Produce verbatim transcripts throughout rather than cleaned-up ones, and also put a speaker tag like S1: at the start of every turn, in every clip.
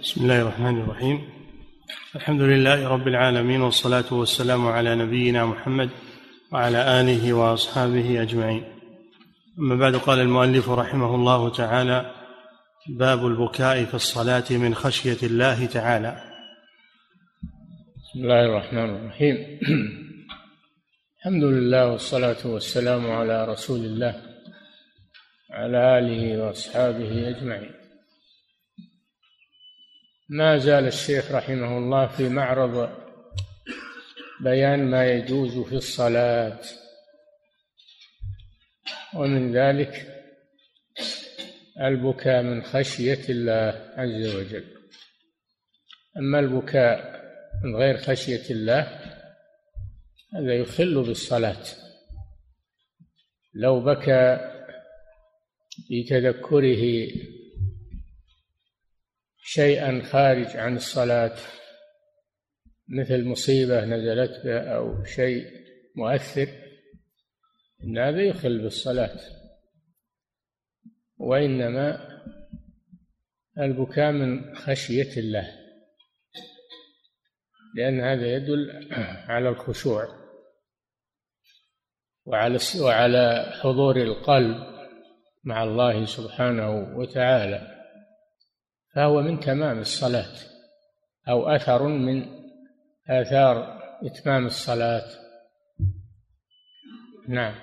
S1: بسم الله الرحمن الرحيم. الحمد لله رب العالمين، والصلاة والسلام على نبينا محمد وعلى آله وأصحابه أجمعين. أما بعد، قال المؤلف رحمه الله تعالى: باب البكاء في الصلاة من خشية الله تعالى.
S2: بسم الله الرحمن الرحيم. الحمد لله والصلاة والسلام على رسول الله وعلى آله وأصحابه أجمعين. ما زال الشيخ رحمه الله في معرض بيان ما يجوز في الصلاة، ومن ذلك البكاء من خشية الله عز وجل. أما البكاء من غير خشية الله هذا يخل بالصلاة. لو بكى بتذكره شيئا خارج عن الصلاة، مثل مصيبة نزلت به أو شيء مؤثر، إن هذا يخل بالصلاة. وإنما البكاء من خشية الله، لأن هذا يدل على الخشوع وعلى وعلى حضور القلب مع الله سبحانه وتعالى، فهو من تمام الصلاة أو أثر من آثار إتمام الصلاة. نعم.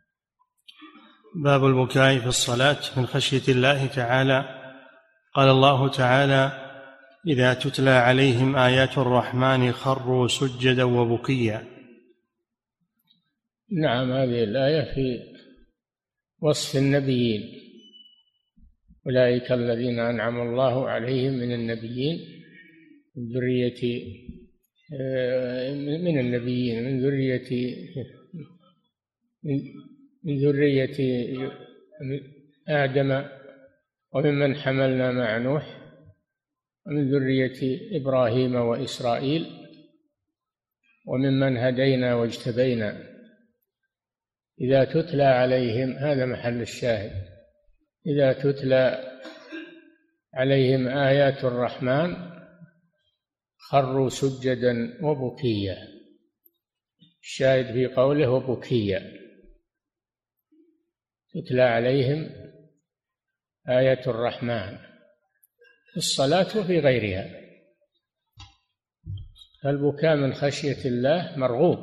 S1: باب البكاء في الصلاة من خشية الله تعالى. قال الله تعالى: إذا تتلى عليهم آيات الرحمن خروا سجدا وبكيا.
S2: نعم، هذه الآية في وصف النبيين، أولئك الذين أنعم الله عليهم من النبيين من ذرية من النبيين من ذرية من ذرية آدم، وممن حملنا مع نوح، ومن ذرية إبراهيم وإسرائيل، وممن هدينا واجتبينا. إذا تتلى عليهم، هذا محل الشاهد، إذا تتلى عليهم آيات الرحمن خروا سجدا وبكيا. الشاهد في قوله وبكيا، تتلى عليهم آيات الرحمن في الصلاة وفي غيرها. البكاء من خشية الله مرغوب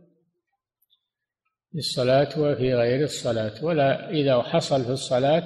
S2: في الصلاة وفي غير الصلاة، ولا إذا حصل في الصلاة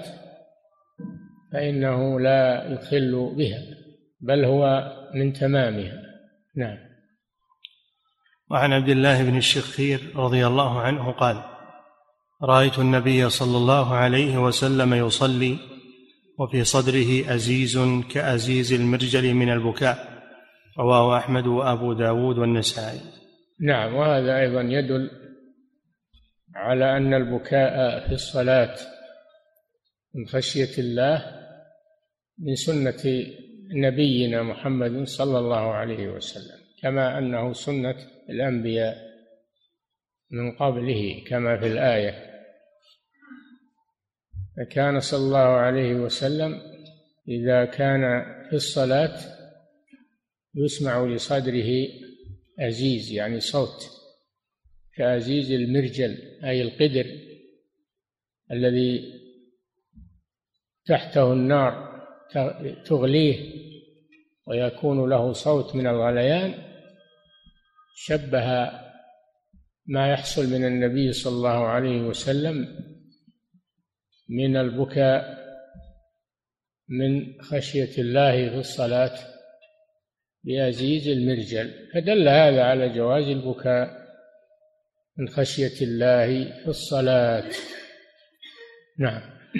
S2: فإنه لا يخل بها، بل هو من تمامها. نعم.
S1: وعن عبد الله بن الشخير رضي الله عنه قال: رأيت النبي صلى الله عليه وسلم يصلي وفي صدره أزيز كأزيز المرجل من البكاء. رواه أحمد وأبو داود والنسائي.
S2: نعم، وهذا أيضا يدل على أن البكاء في الصلاة من خشية الله من سنة نبينا محمد صلى الله عليه وسلم، كما أنه سنة الأنبياء من قبله، كما في الآية: فكان صلى الله عليه وسلم إذا كان في الصلاة يسمع لصدره أزيز، يعني صوت كأزيز المرجل، أي القدر الذي تحته النار تغليه ويكون له صوت من الغليان. شبه ما يحصل من النبي صلى الله عليه وسلم من البكاء من خشية الله في الصلاة بأزيز المرجل، فدل هذا على جواز البكاء من خشية الله في الصلاة. نعم.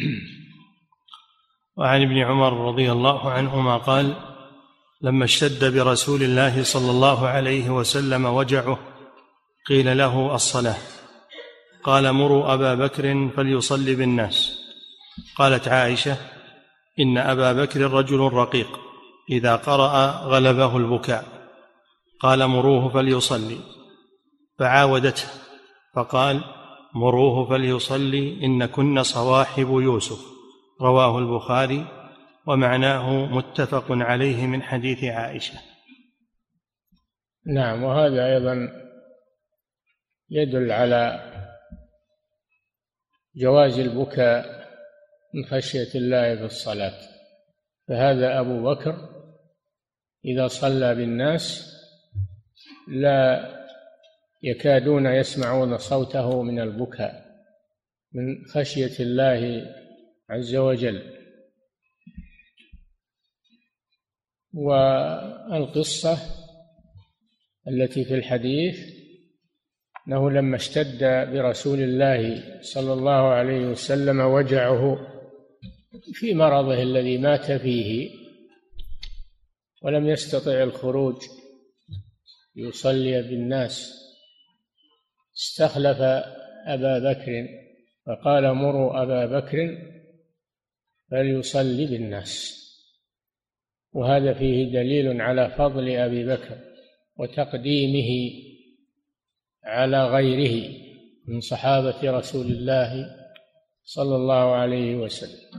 S1: وعن ابن عمر رضي الله عنهما قال: لما اشتد برسول الله صلى الله عليه وسلم وجعه قيل له: الصلاة. قال: مروا أبا بكر فليصلي بالناس. قالت عائشة: إن أبا بكر رجل رقيق، إذا قرأ غلبه البكاء. قال: مروه فليصلي. فعاودته فقال: مروه فليصلي، إن كن صواحب يوسف. رواه البخاري ومعناه متفق عليه من حديث عائشة.
S2: نعم، وهذا أيضا يدل على جواز البكاء من خشية الله في الصلاة. فهذا أبو بكر إذا صلى بالناس لا يكادون يسمعون صوته من البكاء من خشية الله عز وجل. والقصة التي في الحديث أنه لما اشتد برسول الله صلى الله عليه وسلم وجعه في مرضه الذي مات فيه ولم يستطع الخروج يصلي بالناس، استخلف أبا بكر فقال مروا أبا بكر فليصلي بالناس. وهذا فيه دليل على فضل أبي بكر وتقديمه على غيره من صحابة رسول الله صلى الله عليه وسلم،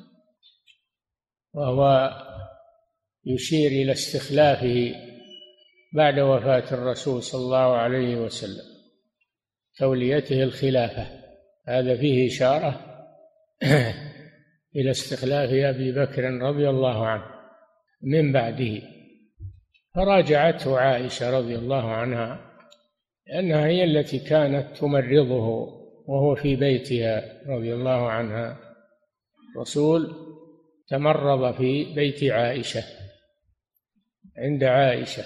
S2: وهو يشير إلى استخلافه بعد وفاة الرسول صلى الله عليه وسلم، توليته الخلافة. هذا فيه إشارة إلى استخلاف أبي بكر رضي الله عنه من بعده. فراجعته عائشة رضي الله عنها لأنها هي التي كانت تمرضه وهو في بيتها رضي الله عنها. الرسول تمرض في بيت عائشة عند عائشة،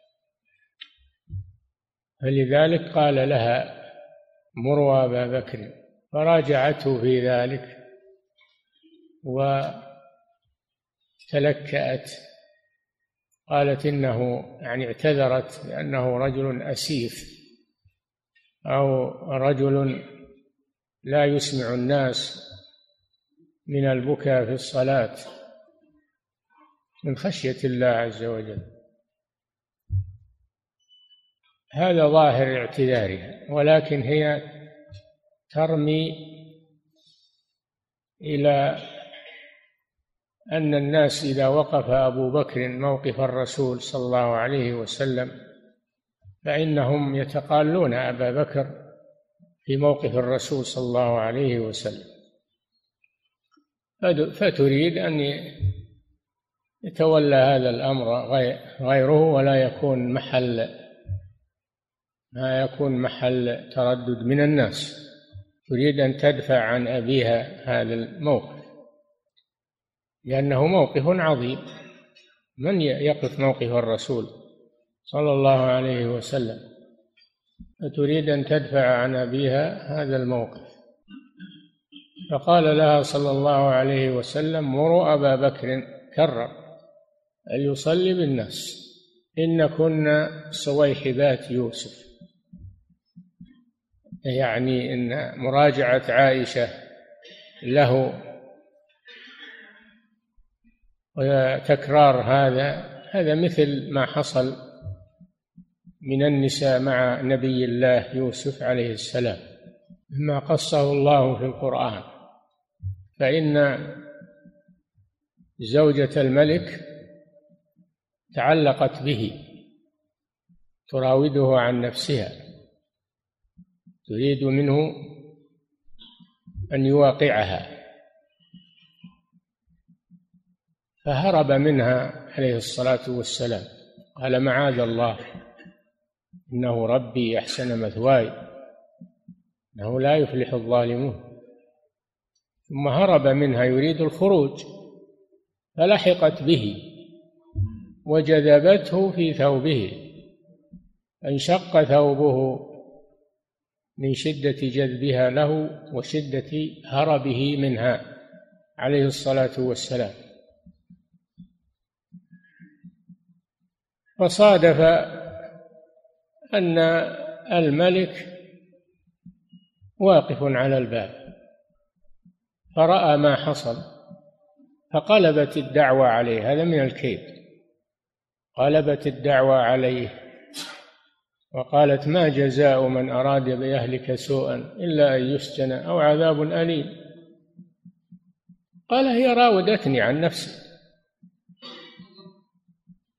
S2: فلذلك قال لها مروا أبا بكر، فراجعته في ذلك وتلكأت، قالت إنه يعني اعتذرت لأنه رجل أسيف أو رجل لا يسمع الناس من البكاء في الصلاة من خشية الله عز وجل. هذا ظاهر اعتذارها، ولكن هي ترمي إلى أن الناس إذا وقف أبو بكر موقف الرسول صلى الله عليه وسلم فإنهم يتقالون أبا بكر في موقف الرسول صلى الله عليه وسلم، فتريد أن يتولى هذا الأمر غيره ولا يكون محل ما يكون محل تردد من الناس. تريد أن تدفع عن أبيها هذا الموقف لأنه موقف عظيم. من يقف موقف الرسول صلى الله عليه وسلم؟ فتريد أن تدفع عن أبيها هذا الموقف. فقال لها صلى الله عليه وسلم مروا أبا بكر، كرر أن يصلي بالناس، إن كنا صويحبات يوسف، يعني إن مراجعة عائشة له وتكرار هذا هذا مثل ما حصل من النساء مع نبي الله يوسف عليه السلام مما قصه الله في القرآن. فإن زوجة الملك تعلقت به تراوده عن نفسها، تريد منه أن يواقعها، فهرب منها عليه الصلاة والسلام، قال معاذ الله إنه ربي أحسن مثواي إنه لا يفلح الظالمون. ثم هرب منها يريد الخروج فلحقت به وجذبته في ثوبه، انشق ثوبه من شدة جذبها له وشدة هربه منها عليه الصلاة والسلام. فصادف أن الملك واقف على الباب فرأى ما حصل فقلبت الدعوة عليه، هذا من الكيد، قلبت الدعوة عليه وقالت ما جزاء من أراد بأهلك سوءا إلا أن يسجن أو عذاب أليم. قال هي راودتني عن نفسي،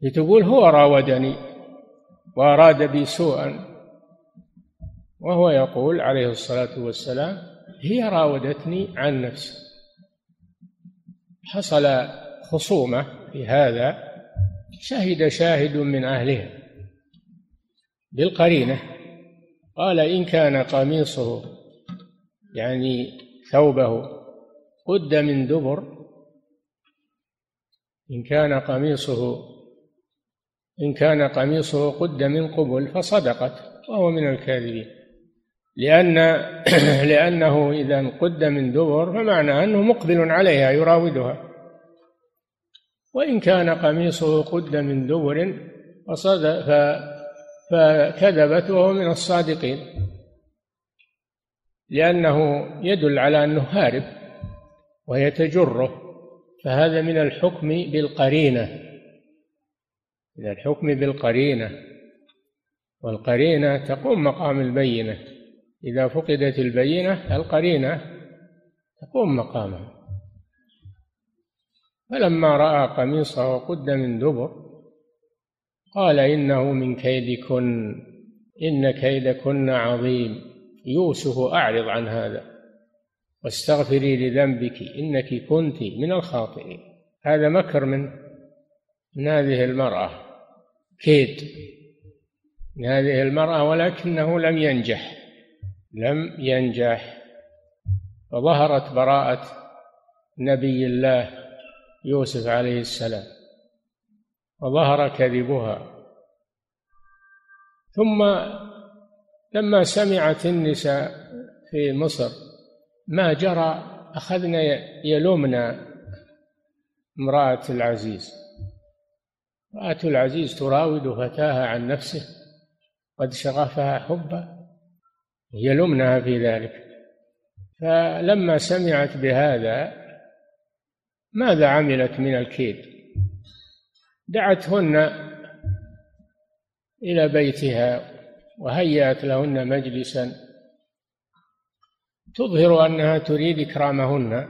S2: لتقول هو راودني وأراد بي سوءا، وهو يقول عليه الصلاة والسلام هي راودتني عن نفسي. حصل خصومة في هذا، شهد شاهد من أهلها بالقرينة، قال إن كان قميصه يعني ثوبه قد من دبر، إن كان قميصه إن كان قميصه قد من قبل فصدقت وهو من الكاذبين، لأن لأنه إذا قد من دبر فمعنى أنه مقبل عليها يراودها، وإن كان قميصه قد من دبر فصدق فكذبت وهو من الصادقين، لأنه يدل على أنه هارب وهي تجره، فهذا من الحكم بالقرينة، من الحكم بالقرينة، والقرينة تقوم مقام البينة، إذا فقدت البينة القرينة تقوم مقامها. فلما رأى قميصه قد من دبر قال إنه من كيدكن إن كيدكن عظيم، يوسف أعرض عن هذا واستغفري لذنبك إنك كنت من الخاطئين. هذا مكر من من هذه المرأة، كيد من هذه المرأة، ولكنه لم ينجح لم ينجح فظهرت براءة نبي الله يوسف عليه السلام وظهر كذبها. ثم لما سمعت النساء في مصر ما جرى أخذنا يلومنا امرأة العزيز، امرأة العزيز تراود فتاها عن نفسه قد شغفها حبا، يلومنها في ذلك. فلما سمعت بهذا ماذا عملت من الكيد؟ دعتهن إلى بيتها وهيأت لهن مجلسا تظهر أنها تريد إكرامهن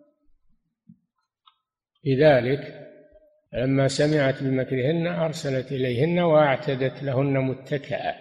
S2: لذلك. لما سمعت بمكرهن أرسلت إليهن وأعتدت لهن متكئا،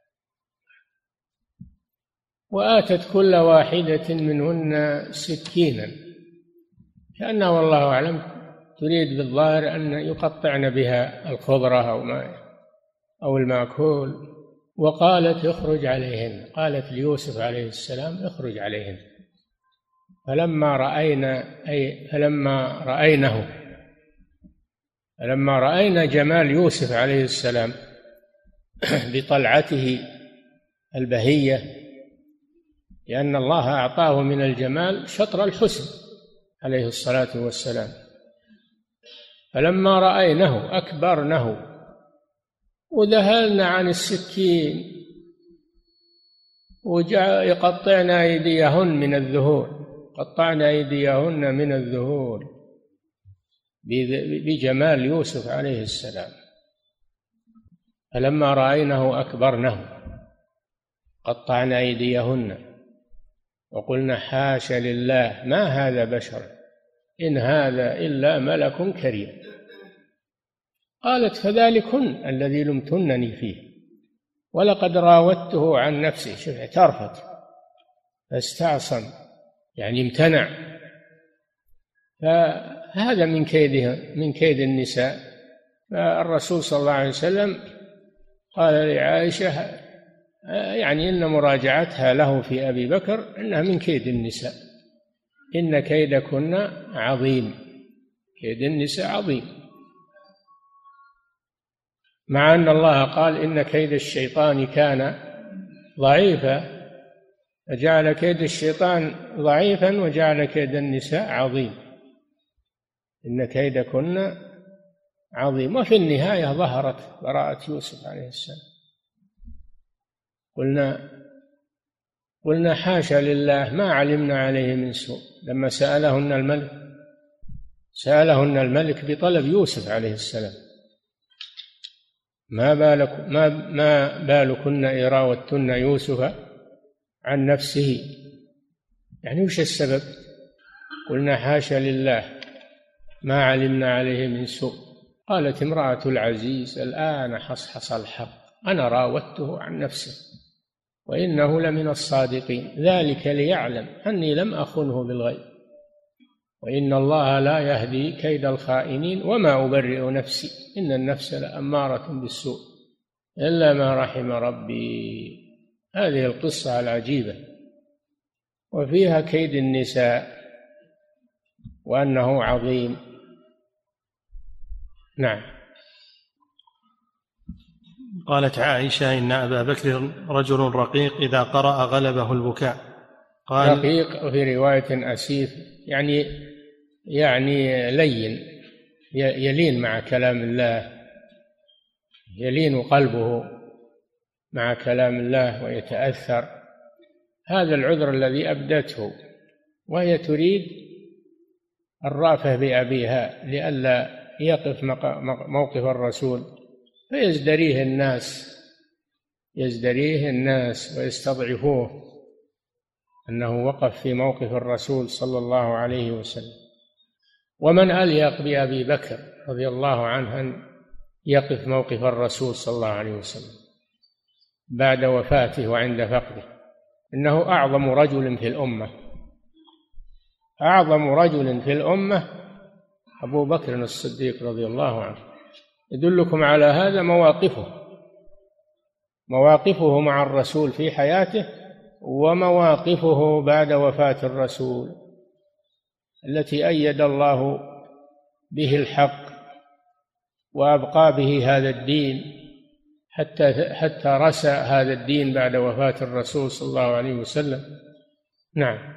S2: وآتت كل واحدة منهن سكينا، كأنها والله أعلم تريد بالظاهر أن يقطعن بها الخضرة أو ما أو المأكول، وقالت اخرج عليهن، قالت ليوسف عليه السلام اخرج عليهن. فلما رأينا أي فلما رأينه فلما رأينا جمال يوسف عليه السلام بطلعته البهية، لأن الله أعطاه من الجمال شطر الحسن عليه الصلاة والسلام، فلما رأينه أكبرنه وذهلنا عن السكين ويقطعن أيديهن من الذهول، قطعنا أيديهن من الذهول بجمال يوسف عليه السلام. فلما رأينه أكبرنه قطعنا أيديهن وقلنا حاشا لله ما هذا بشر إن هذا إلا ملك كريم. قالت فذلكن الذي لمتنني فيه ولقد راودته عن نفسه، شوف اعترفت فاستعصم يعني امتنع. فهذا من كيدها من كيد النساء. فالرسول صلى الله عليه وسلم قال لعائشة يعني إن مراجعتها له في أبي بكر إنها من كيد النساء، إن كيدكن عظيم، كيد النساء عظيم، مع أن الله قال إن كيد الشيطان كان ضعيفا، فجعل كيد الشيطان ضعيفا وجعل كيد النساء عظيم، إن كيدكن عظيم. وفي النهاية ظهرت براءة يوسف عليه السلام. قلنا قلنا حاشا لله ما علمنا عليه من سوء. لما سألهن الملك سألهن الملك بطلب يوسف عليه السلام ما بالك ما ما بالكن إن راوتن يوسف عن نفسه، يعني وش السبب؟ قلنا حاشا لله ما علمنا عليه من سوء. قالت امرأة العزيز الآن حصحص الحق أنا راودته عن نفسه وإنه لمن الصادقين ذلك ليعلم أني لم أخنه بالغيب وإن الله لا يهدي كيد الخائنين وما أبرئ نفسي إن النفس لأمارة بالسوء إلا ما رحم ربي. هذه القصة العجيبة وفيها كيد النساء وأنه عظيم. نعم.
S1: قالت عائشة إن أبا بكر رجل رقيق إذا قرأ غلبه البكاء.
S2: قال رقيق في رواية أسيف يعني يعني لين يلين مع كلام الله يلين قلبه مع كلام الله ويتأثر. هذا العذر الذي أبدته وهي تريد الرأفة بأبيها لئلا يقف موقف الرسول فيزدريه الناس يزدريه الناس ويستضعفوه أنه وقف في موقف الرسول صلى الله عليه وسلم. ومن أليق بأبي بكر رضي الله عنه أن يقف موقف الرسول صلى الله عليه وسلم بعد وفاته وعند فقده. إنه أعظم رجل في الأمة أعظم رجل في الأمة أبو بكر الصديق رضي الله عنه. يدلكم على هذا مواقفه مواقفه مع الرسول في حياته ومواقفه بعد وفاة الرسول التي أيد الله به الحق وأبقى به هذا الدين حتى حتى رسى هذا الدين بعد وفاة الرسول صلى الله عليه وسلم. نعم.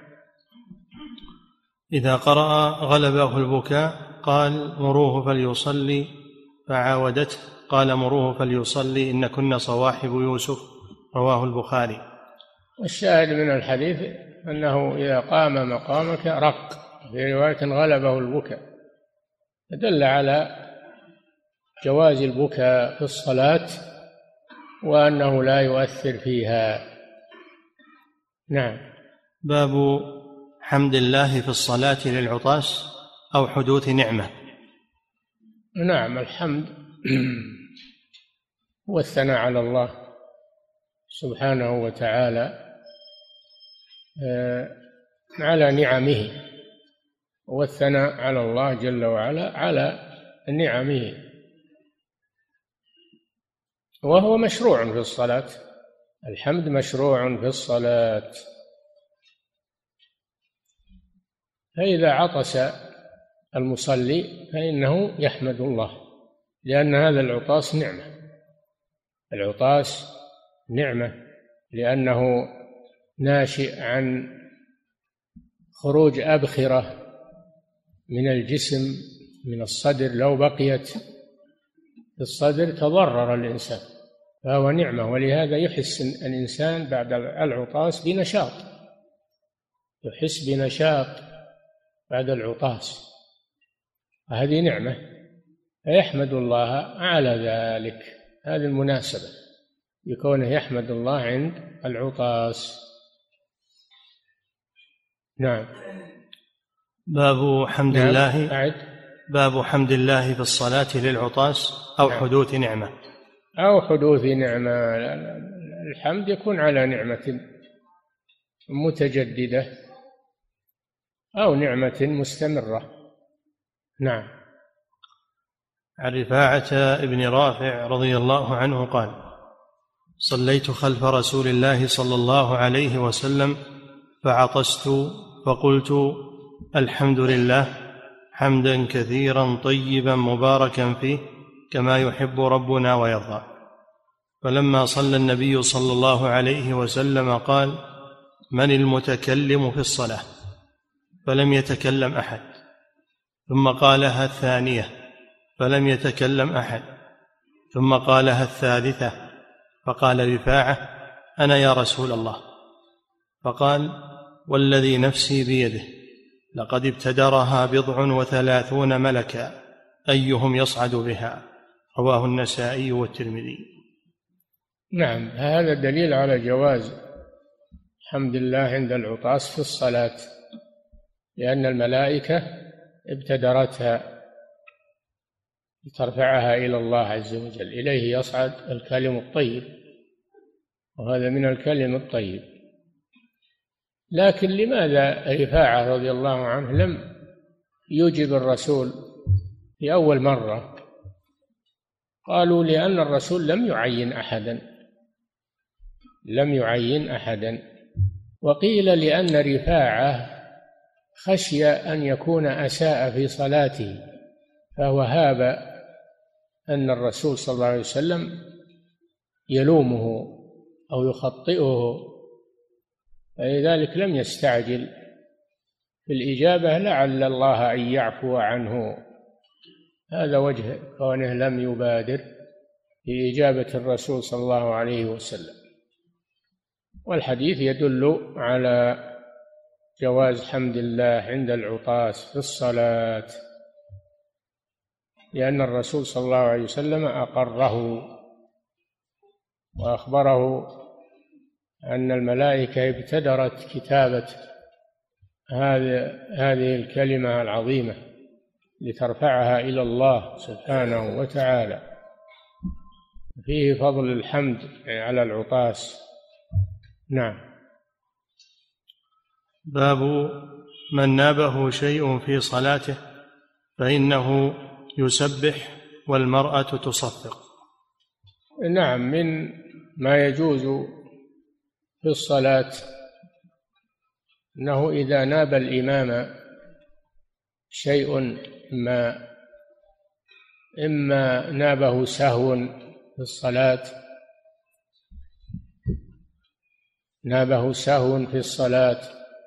S1: إذا قرأ غلبه البكاء قال مروه فليصلي فعاودته قال مروه فليصلي إن كنا صواحب يوسف رواه البخاري.
S2: والشاهد من الحديث أنه إذا قام مقامك رق في رواية غلبه البكاء دل على جواز البكاء في الصلاة وأنه لا يؤثر فيها. نعم.
S1: باب حمد الله في الصلاة للعطاس أو حدوث نعمة.
S2: نعم. الحمد هو الثناء على الله سبحانه وتعالى على نعمه والثناء على الله جل وعلا على نعمه وهو مشروع في الصلاة. الحمد مشروع في الصلاة. فإذا عطس المصلي فإنه يحمد الله لأن هذا العطاس نعمة العطاس نعمة لأنه ناشئ عن خروج أبخرة من الجسم من الصدر لو بقيت في الصدر تضرر الإنسان فهو نعمة. ولهذا يحس الإنسان بعد العطاس بنشاط يحس بنشاط بعد العطاس هذه نعمة فيحمد الله على ذلك. هذه المناسبة يكونه يحمد الله عند العطاس. نعم.
S1: باب حمد
S2: نعم.
S1: الله
S2: أعد.
S1: باب حمد الله في الصلاة للعطاس أو
S2: نعم.
S1: حدوث نعمة
S2: أو حدوث نعمة. الحمد يكون على نعمة متجددة أو نعمة مستمرة. نعم.
S1: عن رفاعة ابن رافع رضي الله عنه قال صليت خلف رسول الله صلى الله عليه وسلم فعطست فقلت الحمد لله حمدا كثيرا طيبا مباركا فيه كما يحب ربنا ويرضى. فلما صلى النبي صلى الله عليه وسلم قال من المتكلم في الصلاة فلم يتكلم أحد ثم قالها الثانية فلم يتكلم أحد ثم قالها الثالثة فقال رفاعة أنا يا رسول الله. فقال والذي نفسي بيده لقد ابتدرها بضع وثلاثون ملكا أيهم يصعد بها رواه النسائي والترمذي.
S2: نعم. هذا دليل على جواز حمد الله عند العطاس في الصلاة لأن الملائكة ابتدرتها لترفعها إلى الله عز وجل، إليه يصعد الكلم الطيب، وهذا من الكلم الطيب. لكن لماذا رفاعة رضي الله عنه لم يجب الرسول في أول مرة؟ قالوا لأن الرسول لم يعين أحدا لم يعين أحدا وقيل لأن رفاعة خشي أن يكون أساء في صلاته، فهو هاب أن الرسول صلى الله عليه وسلم يلومه أو يخطئه، فلذلك لم يستعجل في الإجابة لعل الله أن يعفو عنه. هذا وجه كونه لم يبادر في إجابة الرسول صلى الله عليه وسلم. والحديث يدل على جواز حمد الله عند العطاس في الصلاة، لأن الرسول صلى الله عليه وسلم أقره وأخبره أن الملائكة ابتدرت كتابة هذه الكلمة العظيمة لترفعها إلى الله سبحانه وتعالى. فيه فضل الحمد على العطاس. نعم.
S1: باب من نابه شيء في صلاته فإنه يسبح والمرأة تصفق.
S2: نعم، من ما يجوز في الصلاة أنه إذا ناب الإمام شيء ما إما نابه سهو في الصلاة نابه سهو في الصلاة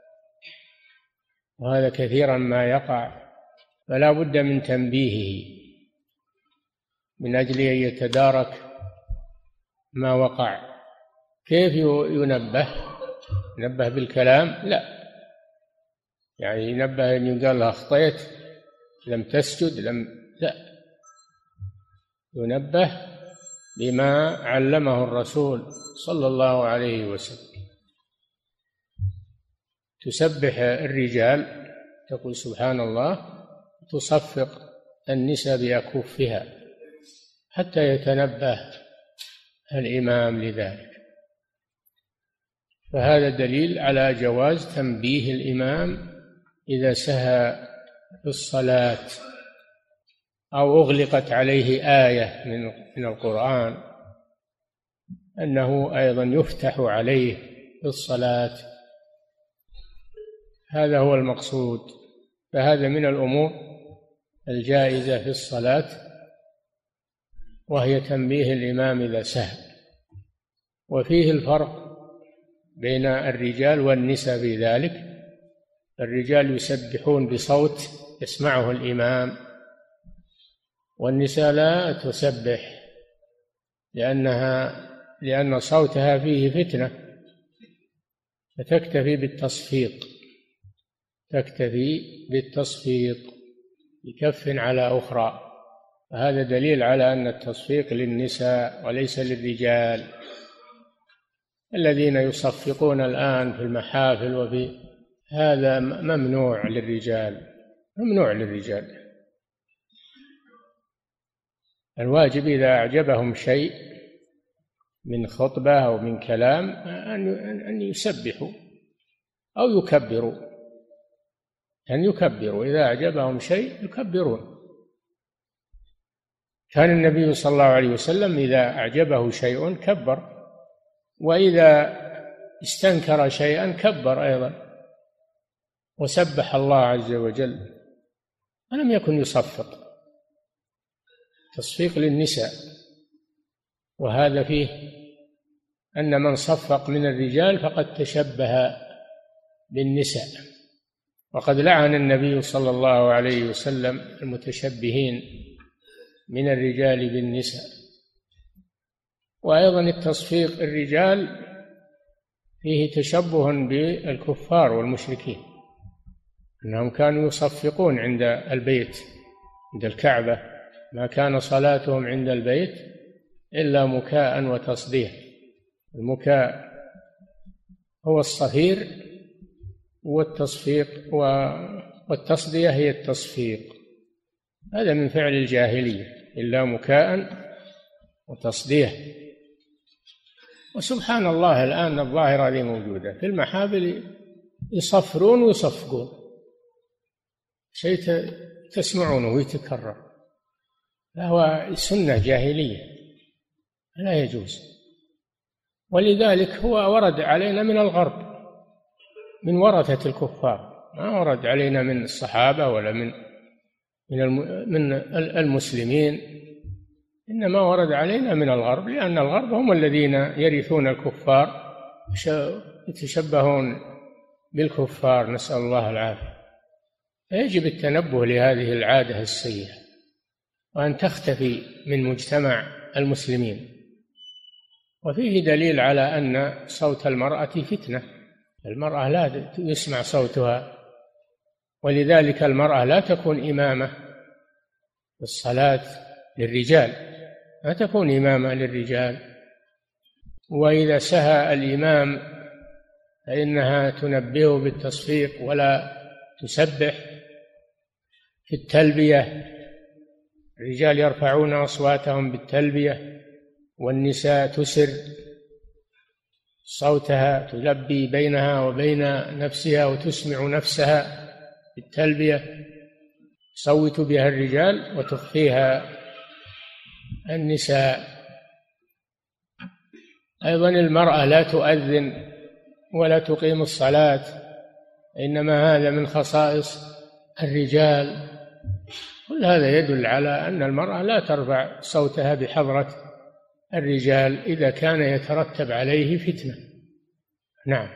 S2: وهذا كثيرا ما يقع، فلا بد من تنبيهه من أجل أن يتدارك ما وقع. كيف ينبه؟ ينبه بالكلام؟ لا، يعني ينبه أن يقال له أخطيت، لم تسجد، لم لا، ينبه بما علمه الرسول صلى الله عليه وسلم. تسبح الرجال، تقول سبحان الله، تصفق النساء بأكفها حتى يتنبه الإمام لذلك. فهذا دليل على جواز تنبيه الإمام إذا سهى في الصلاة أو أغلقت عليه آية من القرآن، أنه أيضا يفتح عليه في الصلاة. هذا هو المقصود. فهذا من الأمور الجائزة في الصلاة، وهي تنبيه الإمام إذا سهى. وفيه الفرق بين الرجال والنساء في ذلك. الرجال يسبحون بصوت يسمعه الإمام، والنساء لا تسبح لأنها لأن صوتها فيه فتنة، فتكتفي بالتصفيق تكتفي بالتصفيق بكف على أخرى. فهذا دليل على أن التصفيق للنساء وليس للرجال. الذين يصفقون الآن في المحافل وفي هذا ممنوع للرجال، ممنوع للرجال. الواجب إذا أعجبهم شيء من خطبة أو من كلام أن يسبحوا أو يكبروا، أن يكبروا إذا أعجبهم شيء يكبرون. كان النبي صلى الله عليه وسلم إذا أعجبه شيء كبر، وإذا استنكر شيئا كبر أيضا وسبح الله عز وجل، ولم يكن يصفق. تصفيق للنساء، وهذا فيه أن من صفق من الرجال فقد تشبه بالنساء، وقد لعن النبي صلى الله عليه وسلم المتشبهين من الرجال بالنساء. وأيضا التصفيق الرجال فيه تشبه بالكفار والمشركين، أنهم كانوا يصفقون عند البيت، عند الكعبة، ما كان صلاتهم عند البيت إلا مكاء وتصديق. المكاء هو الصفير والتصفيق، والتصدية هي التصفيق. هذا من فعل الجاهلية، إلا مكاء وتصديه. وسبحان الله الآن الظاهرة هذه موجودة في المحافل، يصفرون ويصفقون، شيء تسمعونه ويتكرر، فهو سنة جاهلية لا يجوز. ولذلك هو ورد علينا من الغرب، من ورثة الكفار، ما ورد علينا من الصحابة ولا من من من المسلمين، إنما ورد علينا من الغرب، لأن الغرب هم الذين يرثون الكفار، يتشبهون بالكفار، نسأل الله العافية. فيجب التنبه لهذه العادة السيئة وأن تختفي من مجتمع المسلمين. وفيه دليل على أن صوت المرأة فتنة، المرأة لا يسمع صوتها، ولذلك المرأة لا تكون إمامة في الصلاة للرجال، لا تكون إمامة للرجال. وإذا سهى الإمام فإنها تنبهه بالتصفيق ولا تسبح. في التلبية الرجال يرفعون أصواتهم بالتلبية، والنساء تسر صوتها، تلبي بينها وبين نفسها وتسمع نفسها بالتلبية، تصوت بها الرجال وتخفيها النساء. أيضا المرأة لا تؤذن ولا تقيم الصلاة، إنما هذا من خصائص الرجال. كل هذا يدل على أن المرأة لا ترفع صوتها بحضرة الرجال إذا كان يترتب عليه فتنة. نعم.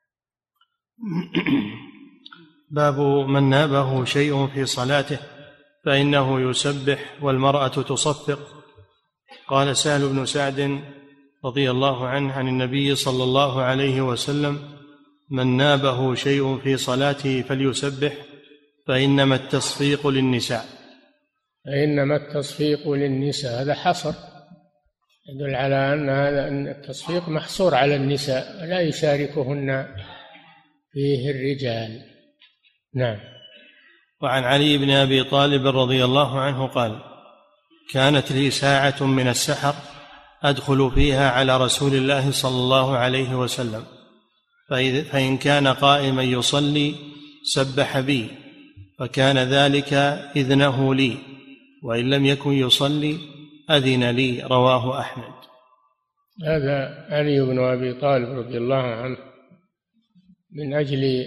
S1: باب من نابه شيء في صلاته فإنه يسبح والمرأة تصفق. قال سهل بن سعد رضي الله عنه عن النبي صلى الله عليه وسلم: من نابه شيء في صلاته فليسبح فإنما التصفيق للنساء.
S2: فإنما التصفيق للنساء، هذا حصر يدل على أن هذا التصفيق محصور على النساء، لا يشاركهن فيه الرجال. نعم.
S1: وعن علي بن أبي طالب رضي الله عنه قال: كانت لي ساعة من السحر أدخل فيها على رسول الله صلى الله عليه وسلم، فإن كان قائما يصلي سبح بي، فكان ذلك إذنه لي، وإن لم يكن يصلي أذن لي. رواه أحمد.
S2: هذا علي بن أبي طالب رضي الله عنه من أجل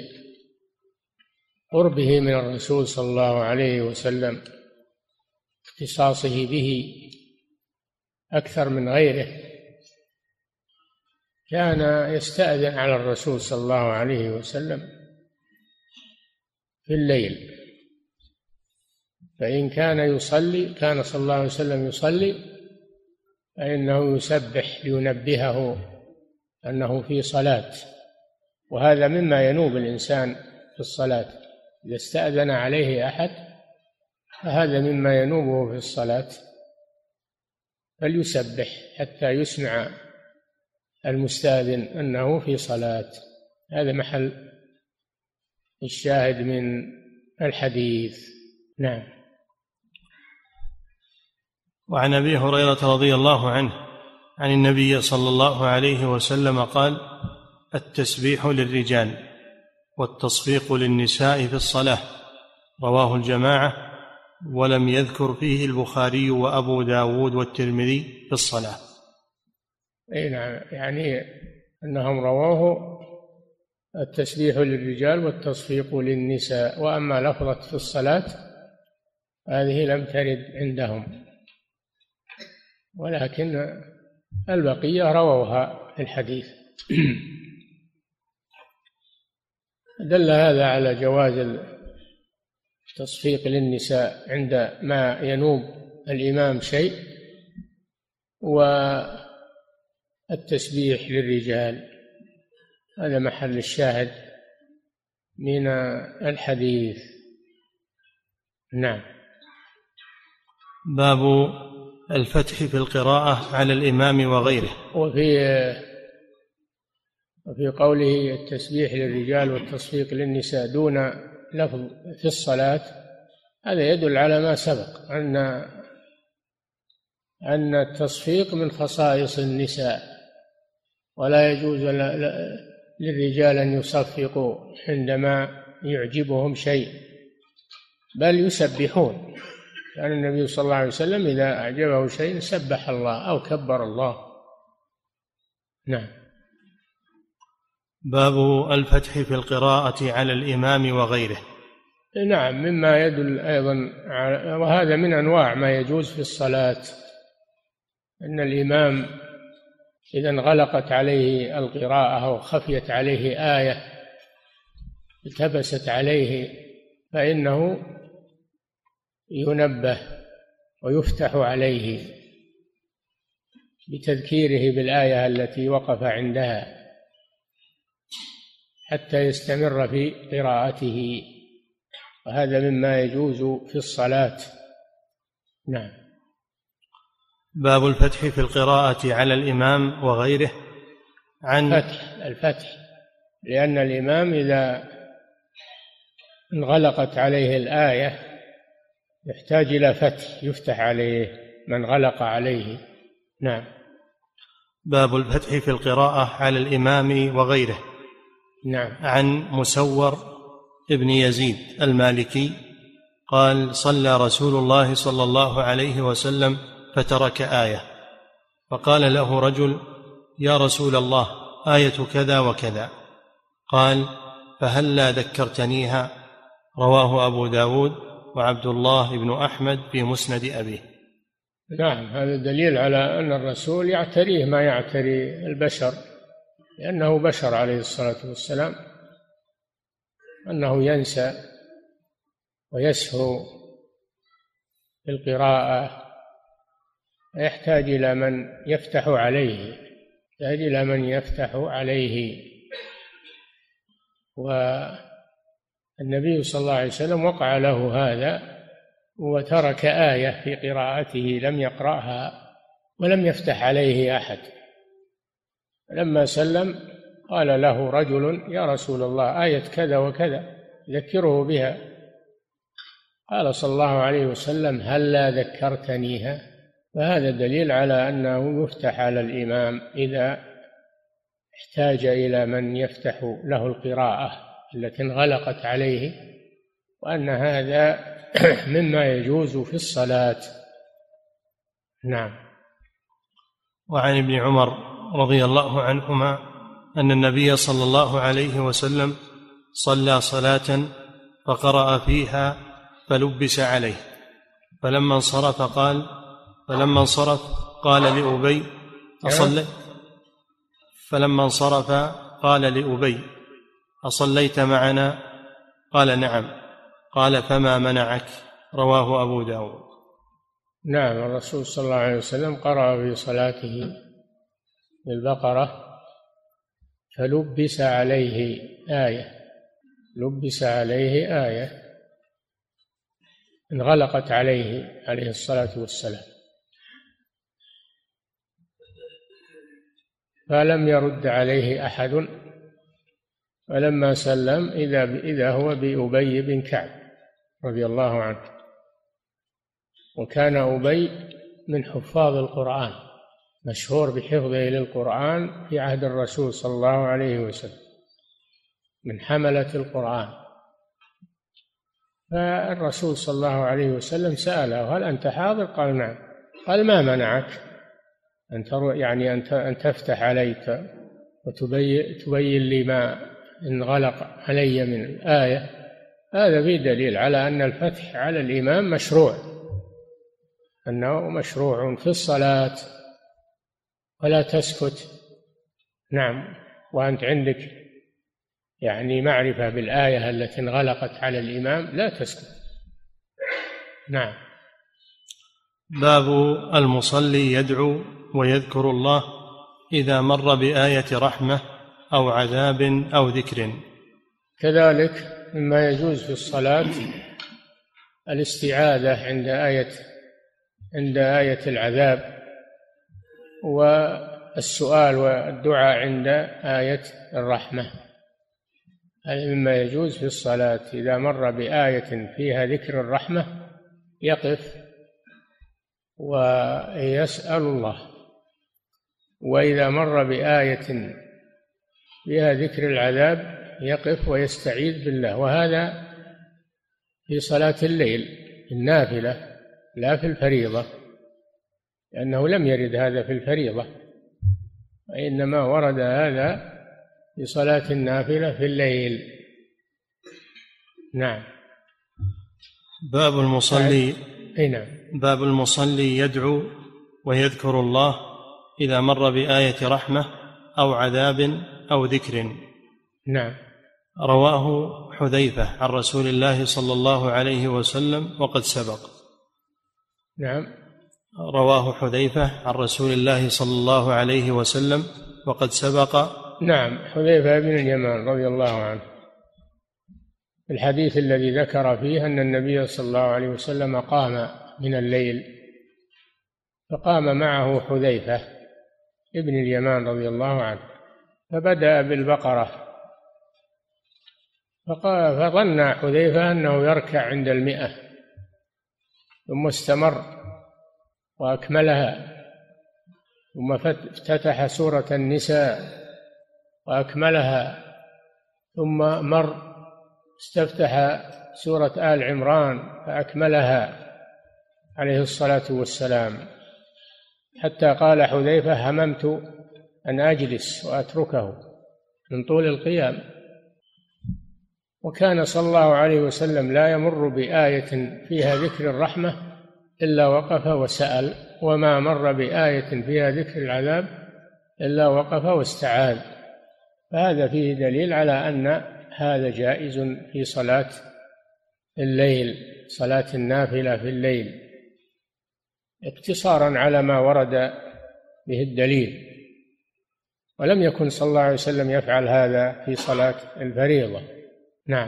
S2: قربه من الرسول صلى الله عليه وسلم، اختصاصه به أكثر من غيره، كان يستأذن على الرسول صلى الله عليه وسلم في الليل، فإن كان يصلي، كان صلى الله عليه وسلم يصلي، فإنه يسبح لينبهه أنه في صلاة. وهذا مما ينوب الإنسان في الصلاة، إذا استأذن عليه أحد فهذا مما ينوبه في الصلاة، فليسبح حتى يسمع المستأذن أنه في صلاة. هذا محل الشاهد من الحديث. نعم.
S1: وعن أبي هريرة رضي الله عنه عن النبي صلى الله عليه وسلم قال: التسبيح للرجال والتصفيق للنساء في الصلاة. رواه الجماعة، ولم يذكر فيه البخاري وأبو داود والترمذي في الصلاة.
S2: أي نعم، يعني أنهم رواه التسبيح للرجال والتصفيق للنساء، وأما لفظة في الصلاة هذه لم ترد عندهم، ولكن البقية رووها في الحديث. دل هذا على جواز التصفيق للنساء عند ما ينوب الإمام شيء، والتسبيح للرجال هذا محل الشاهد من الحديث. نعم.
S1: باب الفتح في القراءة على الإمام وغيره.
S2: وفي وفي قوله التسبيح للرجال والتصفيق للنساء دون لفظ في الصلاة، هذا يدل على ما سبق، أن أن التصفيق من خصائص النساء، ولا يجوز للرجال أن يصفقوا عندما يعجبهم شيء، بل يسبحون. كان النبي صلى الله عليه وسلم إذا أعجبه شيء سبح الله أو كبر الله. نعم.
S1: باب الفتح في القراءة على الإمام وغيره.
S2: نعم، مما يدل أيضا، وهذا من أنواع ما يجوز في الصلاة، أن الإمام إذا انغلقت عليه القراءة أو خفيت عليه آية التبست عليه فإنه ينبه ويفتح عليه بتذكيره بالآية التي وقف عندها حتى يستمر في قراءته، وهذا مما يجوز في الصلاة. نعم.
S1: باب الفتح في القراءة على الإمام وغيره. عن
S2: الفتح الفتح لأن الإمام إذا انغلقت عليه الآية يحتاج إلى فتح، يفتح عليه من غلق عليه. نعم.
S1: باب الفتح في القراءة على الإمام وغيره.
S2: نعم.
S1: عن مسور ابن يزيد المالكي قال: صلى رسول الله صلى الله عليه وسلم فترك آية، فقال له رجل: يا رسول الله، آية كذا وكذا. قال: فهلا ذكرتنيها؟ رواه أبو داود وعبد الله بن أحمد في مسند أبيه.
S2: نعم، هذا دليل على أن الرسول يعتريه ما يعتري البشر، لأنه بشر عليه الصلاة والسلام، أنه ينسى ويسهو في القراءة، يحتاج إلى من يفتح عليه يحتاج إلى من يفتح عليه. والنبي صلى الله عليه وسلم وقع له هذا وترك آية في قراءته لم يقرأها ولم يفتح عليه أحد. لما سلم قال له رجل: يا رسول الله، آية كذا وكذا، ذكره بها. قال صلى الله عليه وسلم: هلا ذكرتنيها؟ فهذا دليل على أنه يفتح على الإمام إذا احتاج إلى من يفتح له القراءة التي انغلقت عليه، وأن هذا مما يجوز في الصلاة. نعم.
S1: وعن ابن عمر رضي الله عنهما أن النبي صلى الله عليه وسلم صلى صلاة فقرأ فيها فلبس عليه، فلما انصرف قال فلما انصرف قال لأبي: أصليت فلما انصرف قال لأبي: أصليت معنا؟ قال: نعم. قال: فما منعك؟ رواه أبو داود.
S2: نعم، الرسول صلى الله عليه وسلم قرأ في صلاته بالبقرة فلبس عليه آية لبس عليه آية انغلقت عليه عليه الصلاة والسلام، فلم يرد عليه أحد. ولما سلم إذا إذا هو بأبي بن كعب رضي الله عنه، وكان أبي من حفاظ القرآن، مشهور بحفظه للقرآن في عهد الرسول صلى الله عليه وسلم، من حملة القرآن. فالرسول صلى الله عليه وسلم سأله: هل أنت حاضر؟ قال: نعم. قال: ما منعك أن يعني أن تفتح عليك وتبين تبين لي ما انغلق علي من الآية؟ هذا فيه دليل على أن الفتح على الإمام مشروع، أنه مشروع في الصلاة، ولا تسكت. نعم، وأنت عندك يعني معرفة بالآية التي انغلقت على الإمام لا تسكت. نعم.
S1: باب المصلي يدعو ويذكر الله إذا مر بآية رحمة أو عذاب أو ذكر.
S2: كذلك مما يجوز في الصلاة الاستعاذة عند آية عند آية العذاب، والسؤال والدعاء عند آية الرحمة. هذا مما يجوز في الصلاة. إذا مر بآية فيها ذكر الرحمة يقف ويسأل الله. وإذا مر بآية فيها ذكر العذاب يقف ويستعيذ بالله، وهذا في صلاة الليل النافلة لا في الفريضة، لأنه لم يرد هذا في الفريضة، وإنما ورد هذا في صلاة النافلة في الليل. نعم.
S1: باب المصلي
S2: أي نعم.
S1: باب المصلي يدعو ويذكر الله إذا مر بآية رحمة أو عذاب أو ذكر.
S2: نعم.
S1: رواه حذيفة عن رسول الله صلى الله عليه وسلم وقد سبق.
S2: نعم.
S1: رواه حذيفة عن رسول الله صلى الله عليه وسلم وقد سبق.
S2: نعم. حذيفة بن اليمان رضي الله عنه، الحديث الذي ذكر فيه أن النبي صلى الله عليه وسلم قام من الليل، فقام معه حذيفة ابن اليمان رضي الله عنه، فبدأ بالبقرة، فظن حذيفة أنه يركع عند المئة، ثم استمر وأكملها، ثم افتتح سورة النساء وأكملها، ثم مر استفتح سورة آل عمران فأكملها عليه الصلاة والسلام، حتى قال حذيفة: هممت أن أجلس وأتركه من طول القيام. وكان صلى الله عليه وسلم لا يمر بآية فيها ذكر الرحمة إلا وقف وسأل، وما مر بآية فيها ذكر العذاب إلا وقف واستعاذ. فهذا فيه دليل على أن هذا جائز في صلاة الليل، صلاة النافلة في الليل، اقتصارا على ما ورد به الدليل، ولم يكن صلى الله عليه وسلم يفعل هذا في صلاة الفريضة. نعم.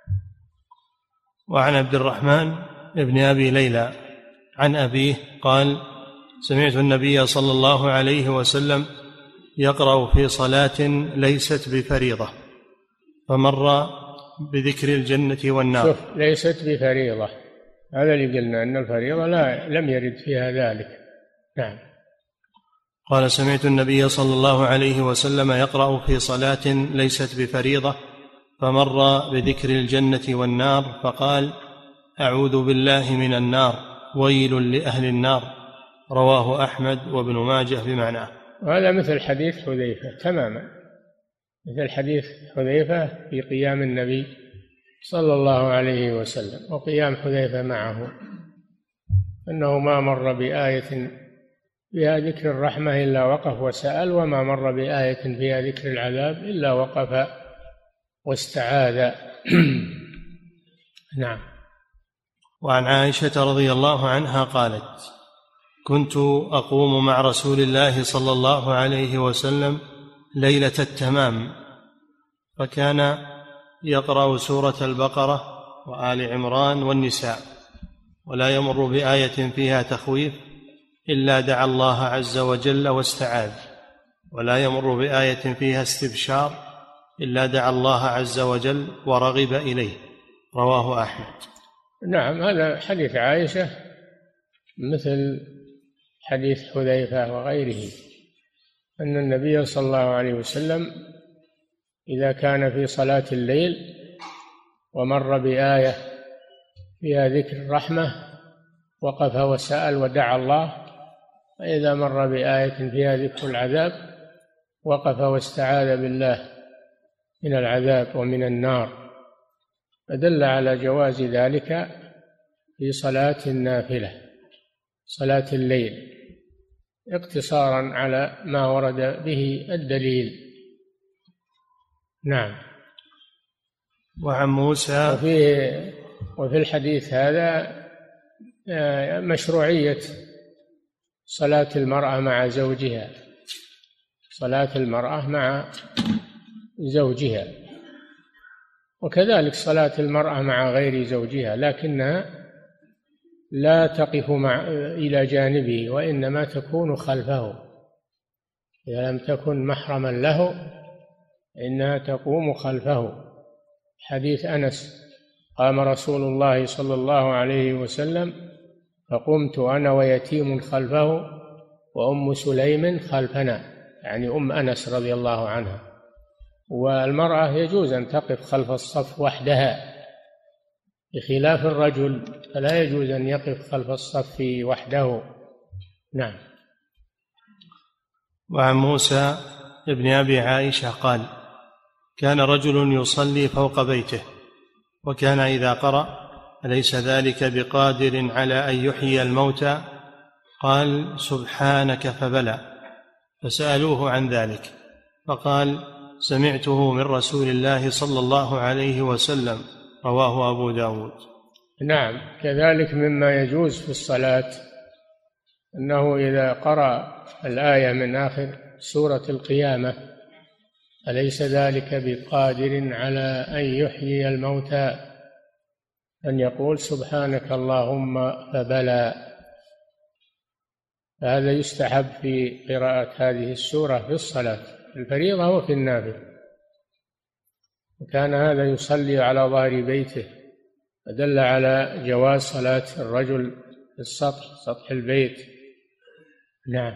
S1: وعن عبد الرحمن ابن أبي ليلى عن أبيه قال: سمعت النبي صلى الله عليه وسلم يقرأ في صلاة ليست بفريضة فمر بذكر الجنة والنار.
S2: شوف، ليست بفريضة، هذا اللي قلنا أن الفريضة لا لم يرد فيها ذلك. نعم.
S1: قال: سمعت النبي صلى الله عليه وسلم يقرأ في صلاة ليست بفريضة فمر بذكر الجنة والنار فقال: أعوذ بالله من النار، ويل لأهل النار. رواه أحمد وابن ماجه بمعناه.
S2: وهذا مثل حديث حذيفة تماما، مثل حديث حذيفة في قيام النبي صلى الله عليه وسلم وقيام حذيفة معه، أنه ما مر بآية فيها ذكر الرحمة إلا وقف وسأل، وما مر بآية فيها ذكر العذاب إلا وقف واستعاذ. نعم.
S1: وعن عائشة رضي الله عنها قالت: كنت أقوم مع رسول الله صلى الله عليه وسلم ليلة التمام، فكان يقرأ سورة البقرة وآل عمران والنساء، ولا يمر بآية فيها تخويف إلا دعا الله عز وجل واستعاذ، ولا يمر بآية فيها استبشار إلا دعا الله عز وجل ورغب إليه. رواه أحمد.
S2: نعم. هذا حديث عائشة مثل حديث حذيفة وغيره، أن النبي صلى الله عليه وسلم إذا كان في صلاة الليل ومر بآية فيها ذكر الرحمة وقف وسأل ودعا الله، وإذا مر بآية فيها ذكر العذاب وقف واستعاذ بالله من العذاب ومن النار، فدل على جواز ذلك في صلاة النافلة، صلاة الليل، اقتصارا على ما ورد به الدليل. نعم.
S1: وعن موسى
S2: وفي وفي الحديث هذا مشروعية صلاة المرأة مع زوجها، صلاة المرأة مع زوجها، وكذلك صلاة المرأة مع غير زوجها، لكنها لا تقف مع إلى جانبه، وإنما تكون خلفه. إذا لم تكن محرما له إنها تقوم خلفه. حديث أنس: قام رسول الله صلى الله عليه وسلم فقمت أنا ويتيم خلفه وأم سليم خلفنا، يعني أم أنس رضي الله عنها. والمرأة يجوز أن تقف خلف الصف وحدها بخلاف الرجل، فلا يجوز أن يقف خلف الصف وحده. نعم.
S1: وعن موسى ابن أبي عائشة قال: كان رجل يصلي فوق بيته، وكان إذا قرأ: أليس ذلك بقادر على أن يحيي الموتى، قال: سبحانك فبلى. فسألوه عن ذلك فقال: سمعته من رسول الله صلى الله عليه وسلم. رواه أبو داود.
S2: نعم. كذلك مما يجوز في الصلاة أنه إذا قرأ الآية من آخر سورة القيامة: أليس ذلك بقادر على أن يحيي الموتى، أن يقول: سبحانك اللهم فبلى. فهذا يستحب في قراءة هذه السورة في الصلاة، في الفريضة وفي النافلة. وكان هذا يصلي على ظهر بيته، فدل على جواز صلاة الرجل في السطح، سطح البيت. نعم.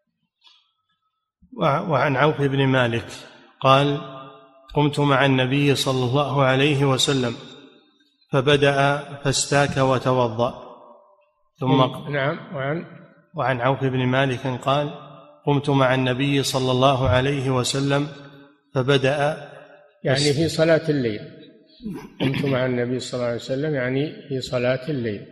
S1: وعن عوف بن مالك قال: قمت مع النبي صلى الله عليه وسلم فبدأ فاستاك وتوضأ ثم
S2: نعم. وعن
S1: وعن عوف بن مالك قال: قمت مع النبي صلى الله عليه وسلم فبدأ،
S2: يعني في صلاة الليل. قمت مع النبي صلى الله عليه وسلم يعني في صلاة الليل.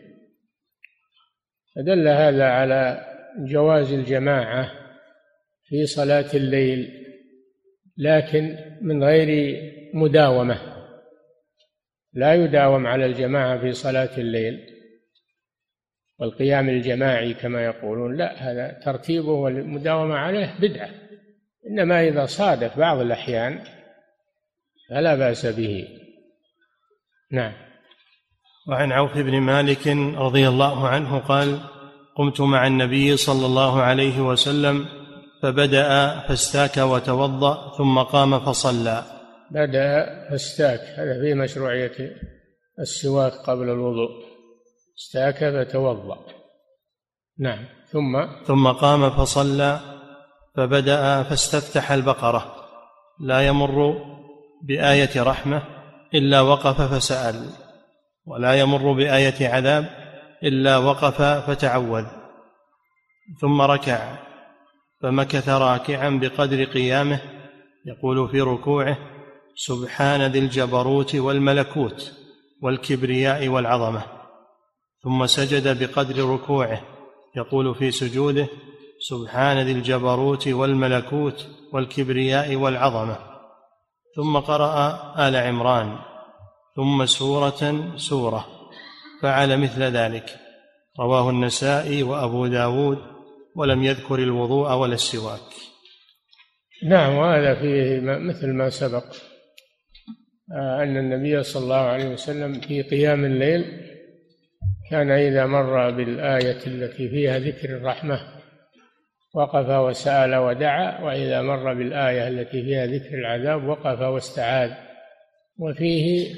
S2: فدل هذا على جواز الجماعة في صلاة الليل، لكن من غير مداومة. لا يداوم على الجماعة في صلاة الليل والقيام الجماعي كما يقولون، لا، هذا ترتيبه والمداومة عليه بدعة. إنما إذا صادف بعض الأحيان فلا بأس به. نعم.
S1: وعن عوف بن مالك رضي الله عنه قال: قمت مع النبي صلى الله عليه وسلم فبدأ فاستاك وتوضأ ثم قام فصلى.
S2: بدأ فاستاك، هذا فيه مشروعية السواك قبل الوضوء. استاك فتوضأ. نعم. ثم
S1: ثم قام فصلى، فبدأ فاستفتح البقرة، لا يمر بآية رحمة إلا وقف فسأل، ولا يمر بآية عذاب إلا وقف فتعوذ، ثم ركع فمكث راكعا بقدر قيامه يقول في ركوعه: سبحان ذي الجبروت والملكوت والكبرياء والعظمة. ثم سجد بقدر ركوعه يقول في سجوده: سبحان ذي الجبروت والملكوت والكبرياء والعظمة. ثم قرأ آل عمران، ثم سورة سورة، فعل مثل ذلك. رواه النسائي وأبو داود، ولم يذكر الوضوء ولا السواك.
S2: نعم. وهذا فيه مثل ما سبق أن النبي صلى الله عليه وسلم في قيام الليل كان إذا مر بالآية التي فيها ذكر الرحمة وقف وسأل ودعا، وإذا مر بالآية التي فيها ذكر العذاب وقف واستعاذ. وفيه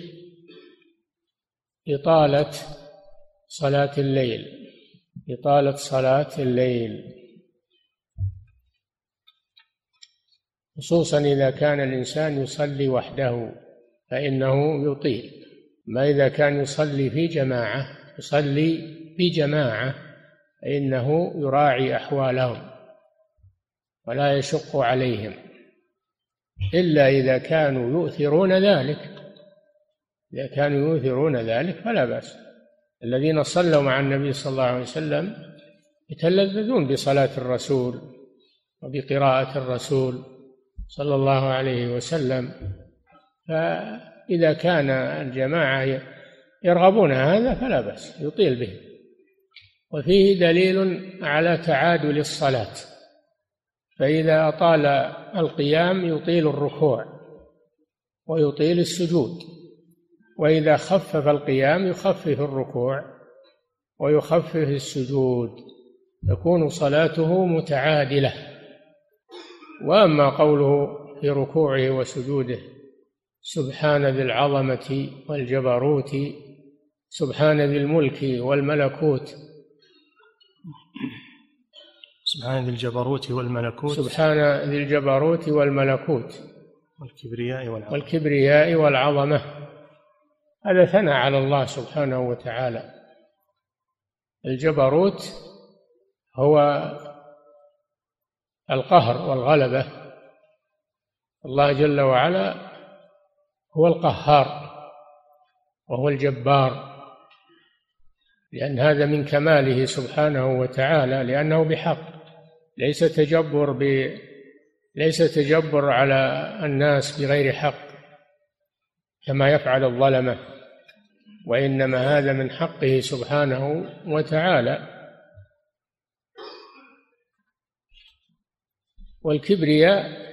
S2: إطالة صلاة الليل، إطالة صلاة الليل، خصوصا إذا كان الإنسان يصلي وحده فإنه يطيل. ما إذا كان يصلي في جماعة يصلي في جماعة فإنه يراعي أحوالهم ولا يشق عليهم، إلا إذا كانوا يؤثرون ذلك. إذا كانوا يؤثرون ذلك فلا بأس. الذين صلوا مع النبي صلى الله عليه وسلم يتلذذون بصلاة الرسول وبقراءة الرسول صلى الله عليه وسلم، فإذا كان الجماعة يرغبون هذا فلا بأس، يطيل به. وفيه دليل على تعادل الصلاة، فإذا أطال القيام يطيل الركوع ويطيل السجود، وإذا خفف القيام يخفف الركوع ويخفف السجود، تكون صلاته متعادلة. وأما قوله في ركوعه وسجوده: سبحان ذي العظمة والجبروت، سبحان ذي الملك والملكوت
S1: سبحان ذي الجبروت والملكوت
S2: سبحان ذي الجبروت والملكوت
S1: والكبرياء والعظمة
S2: والكبرياء والعظمة. هذا ثناء على الله سبحانه وتعالى. الجبروت هو القهر والغلبة. الله جل وعلا هو القهار وهو الجبار، لأن هذا من كماله سبحانه وتعالى، لأنه بحق، ليس تجبر ب... ليس تجبر على الناس بغير حق كما يفعل الظلمة، وإنما هذا من حقه سبحانه وتعالى. والكبرياء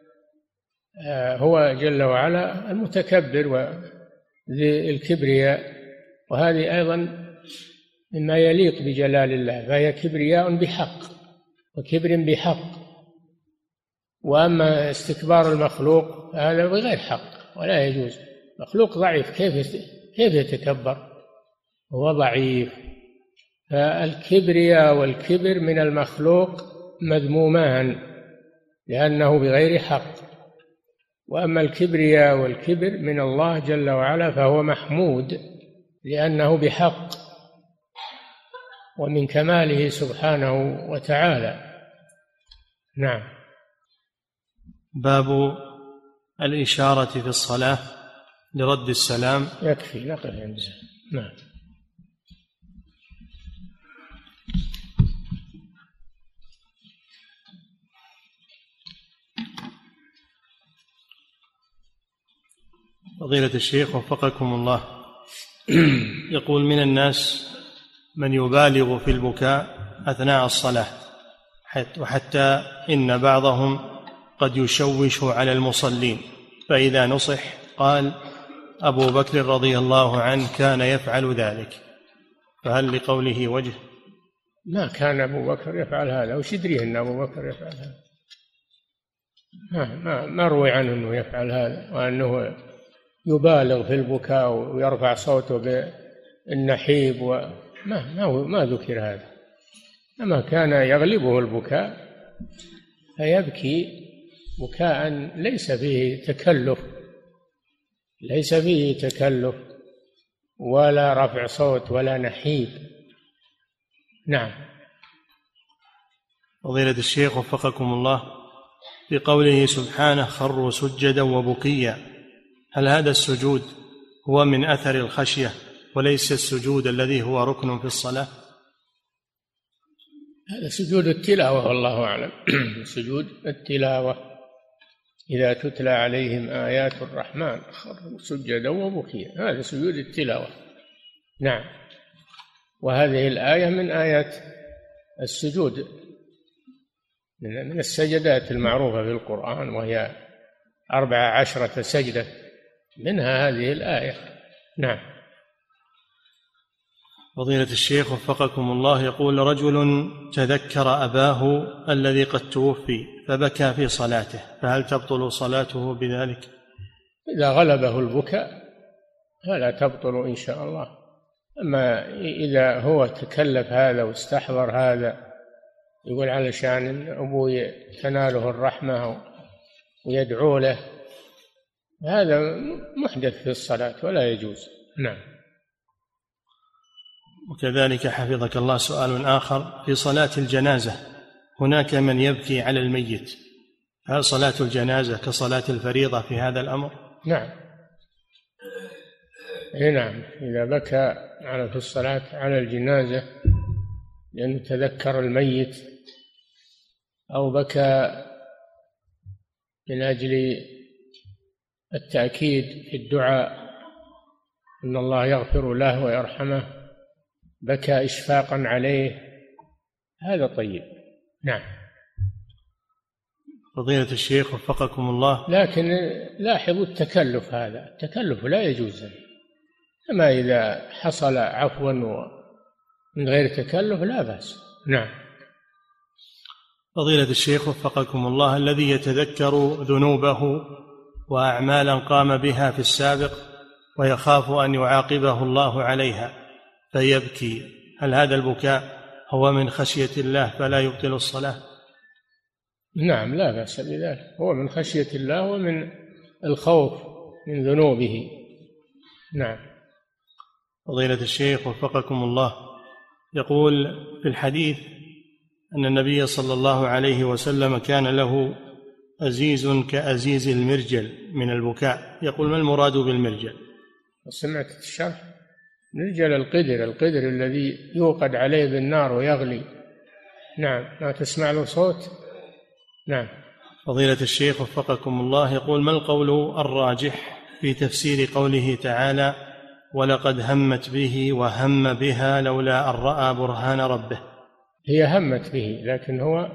S2: هو جل وعلا المتكبر وذي الكبرياء، وهذه أيضا مما يليق بجلال الله، فهي كبرياء بحق وكبر بحق. وأما استكبار المخلوق هذا بغير حق ولا يجوز. مخلوق ضعيف كيف كيف يتكبر؟ هو ضعيف. فالكبرياء والكبر من المخلوق مذمومان لأنه بغير حق، وأما الكبرياء والكبر من الله جل وعلا فهو محمود لأنه بحق ومن كماله سبحانه وتعالى. نعم.
S1: باب الإشارة في الصلاة لرد السلام.
S2: يكفي نقل عند. نعم.
S1: فضيلة الشيخ وفقكم الله، يقول من الناس من يبالغ في البكاء أثناء الصلاة، وحتى إن بعضهم قد يشوش على المصلين، فإذا نصح قال أبو بكر رضي الله عنه كان يفعل ذلك، فهل لقوله وجه؟
S2: ما كان أبو بكر يفعل هذا، وش يدريه أن أبو بكر يفعل هذا؟ ما, ما, ما روي عنه أنه يفعل هذا، وأنه يبالغ في البكاء ويرفع صوته بالنحيب، وما ما, ما ذكر هذا. أما كان يغلبه البكاء فيبكي بكاء ليس فيه تكلف، ليس فيه تكلف ولا رفع صوت ولا نحيب. نعم.
S1: فضيلة الشيخ وفقكم الله، في قوله سبحانه خروا سجدا وبكيا، هل هذا السجود هو من أثر الخشية وليس السجود الذي هو ركن في الصلاة؟
S2: هذا سجود التلاوة والله أعلم. سجود التلاوة إذا تتلى عليهم آيات الرحمن خروا سجدا وبكيا، هذا سجود التلاوة. نعم. وهذه الآية من آيات السجود، من السجدات المعروفة في القرآن، وهي أربع عشرة سجدة، منها هذه الآية. نعم.
S1: فضيلة الشيخ وفقكم الله، يقول رجل تذكر أباه الذي قد توفي فبكى في صلاته، فهل تبطل صلاته بذلك؟
S2: إذا غلبه البكاء فلا تبطل إن شاء الله. أما إذا هو تكلف هذا واستحضر هذا، يقول علشان أبوي تناله الرحمة ويدعو له، هذا محدث في الصلاة ولا يجوز. نعم.
S1: وكذلك حفظك الله سؤال آخر، في صلاة الجنازة هناك من يبكي على الميت، هل صلاة الجنازة كصلاة الفريضة في هذا الأمر؟
S2: نعم. نعم، إذا بكى على في الصلاة على الجنازة لأنه تذكر الميت، أو بكى من أجل التأكيد في الدعاء إن الله يغفر له ويرحمه، بكى إشفاقا عليه، هذا طيب. نعم.
S1: فضيلة الشيخ وفقكم الله،
S2: لكن لاحظوا التكلف، هذا التكلف لا يجوز. أما إذا حصل عفوا من غير تكلف لا بأس. نعم.
S1: فضيلة الشيخ وفقكم الله، الذي يتذكر ذنوبه وأعمالا قام بها في السابق ويخاف أن يعاقبه الله عليها فيبكي، هل هذا البكاء هو من خشية الله فلا يبطل الصلاة؟
S2: نعم، لا بأس بذلك، هو من خشية الله ومن الخوف من ذنوبه. نعم.
S1: فضيلة الشيخ وفقكم الله، يقول في الحديث أن النبي صلى الله عليه وسلم كان له أزيز كأزيز المرجل من البكاء، يقول ما المراد بالمرجل؟
S2: سمعت الشرح؟ مرجل القدر، القدر الذي يوقد عليه بالنار ويغلي. نعم، ما تسمع له صوت. نعم.
S1: فضيلة الشيخ وفقكم الله، يقول ما القول الراجح في تفسير قوله تعالى ولقد همت به وهم بها لولا أن رأى برهان ربه؟
S2: هي همت به، لكن هو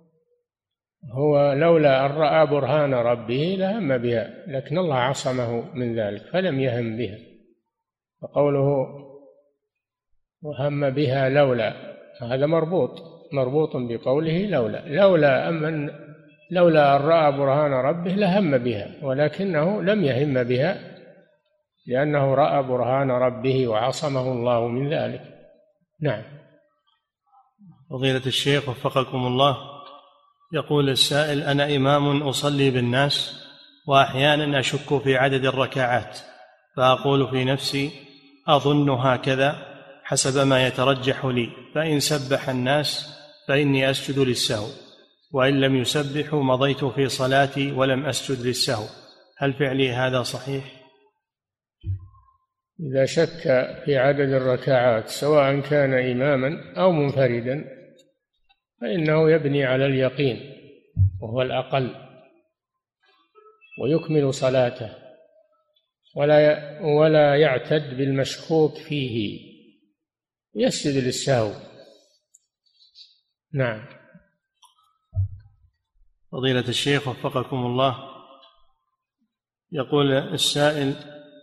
S2: هو لولا أن رأى برهان ربه لهم بها، لكن الله عصمه من ذلك فلم يهم بها. وقوله وهم بها لولا، هذا مربوط مربوط بقوله لولا لولا أمن لولا أن رأى برهان ربه لهم بها، ولكنه لم يهم بها لأنه رأى برهان ربه وعصمه الله من ذلك. نعم.
S1: فضيلة الشيخ وفقكم الله، يقول السائل أنا إمام أصلي بالناس وأحيانا أشك في عدد الركعات، فأقول في نفسي أظن هكذا حسب ما يترجح لي، فإن سبح الناس فإني أسجد للسهو، وإن لم يسبحوا مضيت في صلاتي ولم أسجد للسهو، هل فعلي هذا صحيح؟
S2: إذا شك في عدد الركعات سواء كان إماما أو منفردا فإنه يبني على اليقين وهو الأقل ويكمل صلاته، ولا ولا يعتد بالمشكوك فيه، يسجد للسهو. نعم.
S1: فضيلة الشيخ وفقكم الله، يقول السائل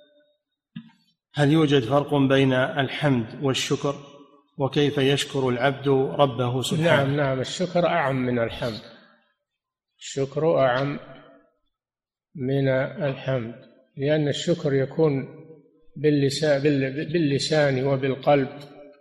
S1: هل يوجد فرق بين الحمد والشكر؟ وكيف يشكر العبد ربه سبحانه؟
S2: نعم نعم الشكر أعم من الحمد، الشكر أعم من الحمد، لأن الشكر يكون باللسان, باللسان وبالقلب،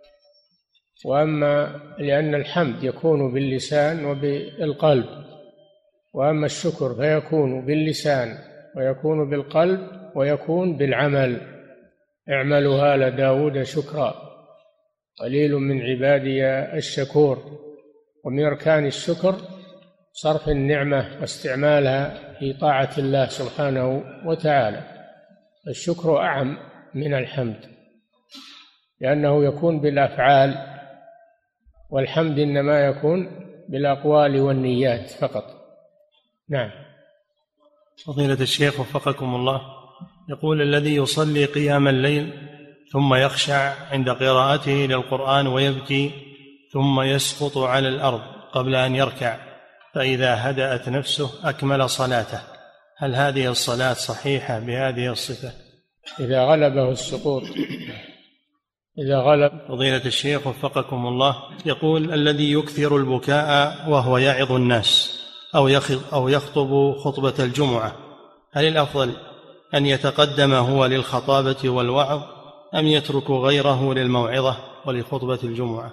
S2: وأما لأن الحمد يكون باللسان وبالقلب، وأما الشكر فيكون باللسان ويكون بالقلب ويكون بالعمل. اعملوا آل داود شكرا قليل من عبادي الشكور. ومن أركان الشكر صرف النعمة واستعمالها في طاعة الله سبحانه وتعالى. الشكر أعم من الحمد لأنه يكون بالأفعال، والحمد إنما يكون بالأقوال والنيات فقط. نعم.
S1: فضيلة الشيخ وفقكم الله، يقول الذي يصلي قيام الليل ثم يخشع عند قراءته للقرآن ويبكي ثم يسقط على الأرض قبل أن يركع، فإذا هدأت نفسه أكمل صلاته، هل هذه الصلاة صحيحة بهذه الصفة؟
S2: إذا غلبه السقوط. إذا غلب.
S1: فضيلة الشيخ وفقكم الله، يقول الذي يكثر البكاء وهو يعظ الناس أو يخطب خطبة الجمعة، هل الأفضل أن يتقدم هو للخطابة والوعظ أم يترك غيره للموعظة ولخطبة الجمعة؟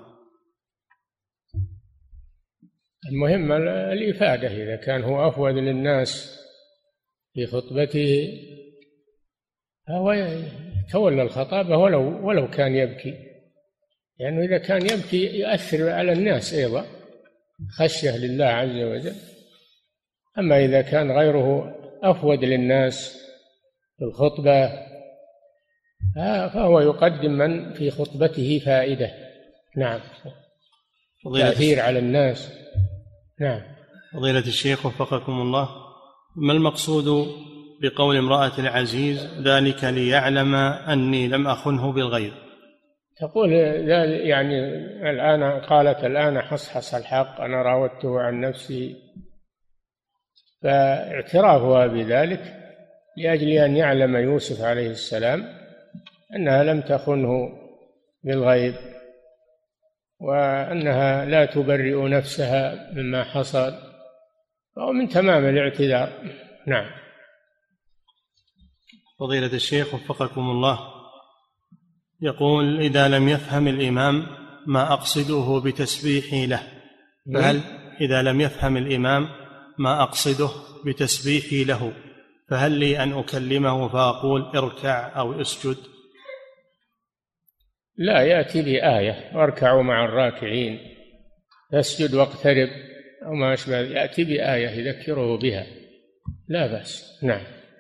S2: المهم الإفادة، إذا كان هو أفود للناس في خطبته فهو يتولى الخطابة ولو ولو كان يبكي، لأنه يعني إذا كان يبكي يؤثر على الناس أيضا خشية لله عز وجل. أما إذا كان غيره أفود للناس في الخطبة فهو يقدم من في خطبته فائدة. نعم. تأثير على الناس. نعم.
S1: فضيلة الشيخ وفقكم الله، ما المقصود بقول امرأة العزيز ذلك ليعلم أني لم أخنه بالغيب؟
S2: تقول يعني الآن قالت الآن حصحص الحق أنا راودته عن نفسي، فاعترافها بذلك لأجل أن يعلم يوسف عليه السلام أنها لم تخنه بالغيب، وأنها لا تبرئ نفسها مما حصل، فهو من تمام الاعتذار. نعم.
S1: فضيلة الشيخ وفقكم الله، يقول إذا لم يفهم الإمام ما أقصده بتسبيحي له، فهل إذا لم يفهم الإمام ما أقصده بتسبيحي له فهل لي أن أكلمه فأقول اركع أو اسجد؟
S2: لا، يأتي بآية واركعوا مع الراكعين، اسجد واقترب أو ما أشبه، يأتي بآية يذكره بها، لا بأس. نعم.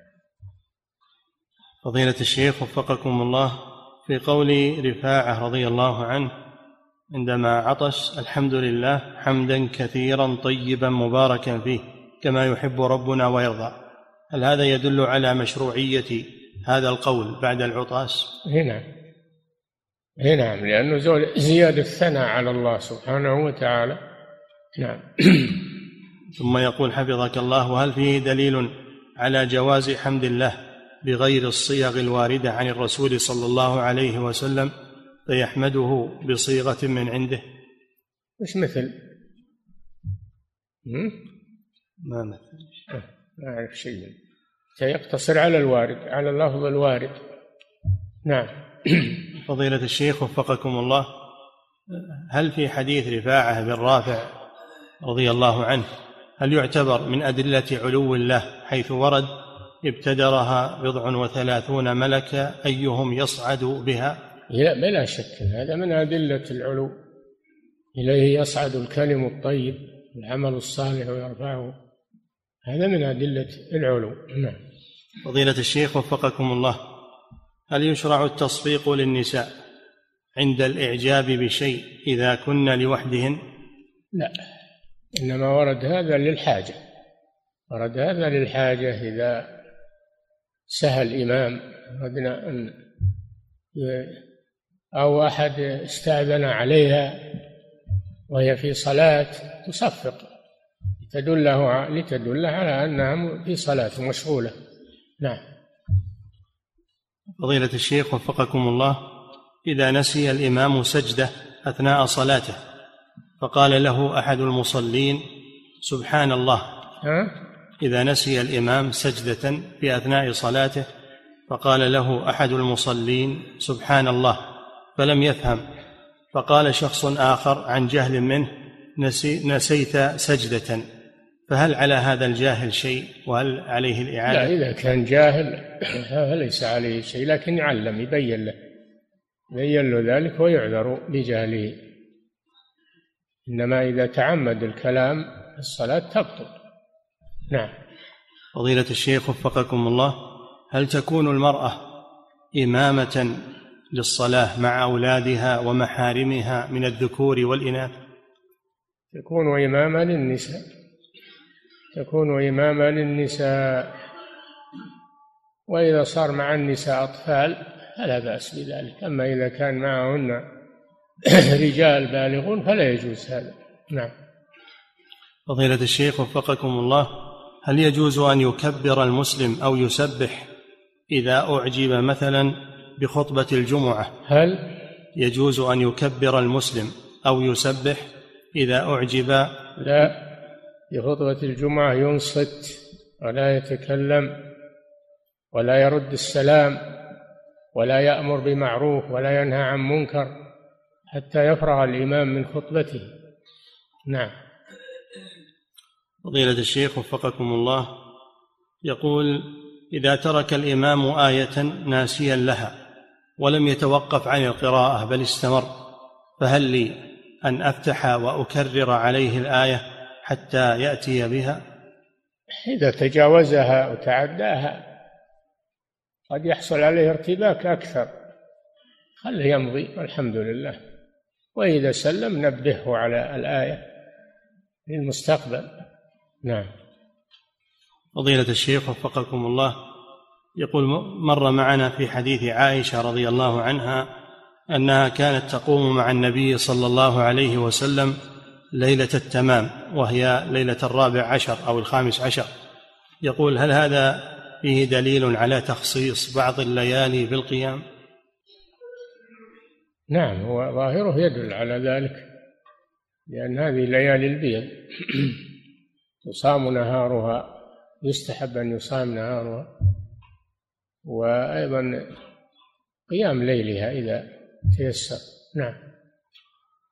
S1: فضيلة الشيخ وفقكم الله، في قول رفاعة رضي الله عنه عندما عطش: الحمد لله حمدا كثيرا طيبا مباركا فيه كما يحب ربنا ويرضى، هل هذا يدل على مشروعية هذا القول بعد العطاس؟
S2: هنا نعم، لأنه زيادة الثناء على الله سبحانه وتعالى. نعم.
S1: ثم يقول حفظك الله: وهل فيه دليل على جواز حمد الله بغير الصيغ الواردة عن الرسول صلى الله عليه وسلم فيحمده بصيغة من عنده؟
S2: مش مثل
S1: ما مثل
S2: ما أعرف شيء، سيقتصر على الوارد، على اللفظ الوارد. نعم.
S1: فضيلة الشيخ وفقكم الله، هل في حديث رفاعة بن رافع رضي الله عنه هل يعتبر من أدلة علو الله حيث ورد: ابتدرها بضع وثلاثون ملكا أيهم يصعد بها؟
S2: لا، بلا شك هذا من أدلة العلو، إليه يصعد الكلم الطيب والعمل الصالح ويرفعه، هذا من أدلة العلو. نعم.
S1: فضيلة الشيخ وفقكم الله، هل يشرع التصفيق للنساء عند الإعجاب بشيء إذا كن لوحدهن؟
S2: لا، إنما ورد هذا للحاجة، ورد هذا للحاجة إذا سهى الإمام أردنا أن أو أحد استأذن عليها وهي في صلاة تصفق لتدله لتدل على أنها في صلاة مشغولة. نعم.
S1: فضيلة الشيخ وفقكم الله، إذا نسي الإمام سجدة أثناء صلاته فقال له أحد المصلين: سبحان الله.
S2: ها؟
S1: إذا نسي الإمام سجدة في أثناء صلاته فقال له أحد المصلين: سبحان الله، فلم يفهم، فقال شخص آخر عن جهل منه: نسي نسيت سجدة، فهل على هذا الجاهل شيء وهل عليه الإعادة؟
S2: لا، إذا كان جاهل فليس عليه شيء، لكن يعلم، يبين له يبين له ذلك ويعذر بجهله. إنما إذا تعمد الكلام الصلاة تبطل. نعم.
S1: فضيلة الشيخ وفقكم الله، هل تكون المرأة إمامة للصلاة مع أولادها ومحارمها من الذكور والإناث؟
S2: تكون إمامة للنساء، تكون إمامة للنساء، وإذا صار مع النساء أطفال فلا بأس بذلك، أما إذا كان معهن رجال بالغون فلا يجوز هذا. نعم.
S1: فضيلة الشيخ وفقكم الله، هل يجوز أن يكبر المسلم أو يسبح إذا أعجب مثلا بخطبة الجمعة؟
S2: هل
S1: يجوز أن يكبر المسلم أو يسبح إذا أعجب؟
S2: لا، بخطبة الجمعة ينصت ولا يتكلم ولا يرد السلام ولا يأمر بمعروف ولا ينهى عن منكر حتى يفرغ الإمام من خطبته. نعم.
S1: فضيلة الشيخ وفقكم الله، يقول: إذا ترك الإمام آية ناسيا لها ولم يتوقف عن القراءة بل استمر، فهل لي أن أفتح وأكرر عليه الآية حتى يأتي بها؟
S2: إذا تجاوزها وتعداها قد يحصل عليه ارتباك أكثر، خله يمضي والحمد لله، وإذا سلم نبهه على الآية للمستقبل. نعم.
S1: فضيلة الشيخ وفقكم الله، يقول: مر معنا في حديث عائشة رضي الله عنها أنها كانت تقوم مع النبي صلى الله عليه وسلم ليلة التمام وهي ليلة الرابع عشر أو الخامس عشر. يقول: هل هذا فيه دليل على تخصيص بعض الليالي بالقيام؟
S2: نعم، هو ظاهره يدل على ذلك، لأن هذه ليالي البيض تصام نهارها، يستحب أن يصام نهارها، وأيضا قيام ليلها إذا تيسر. نعم.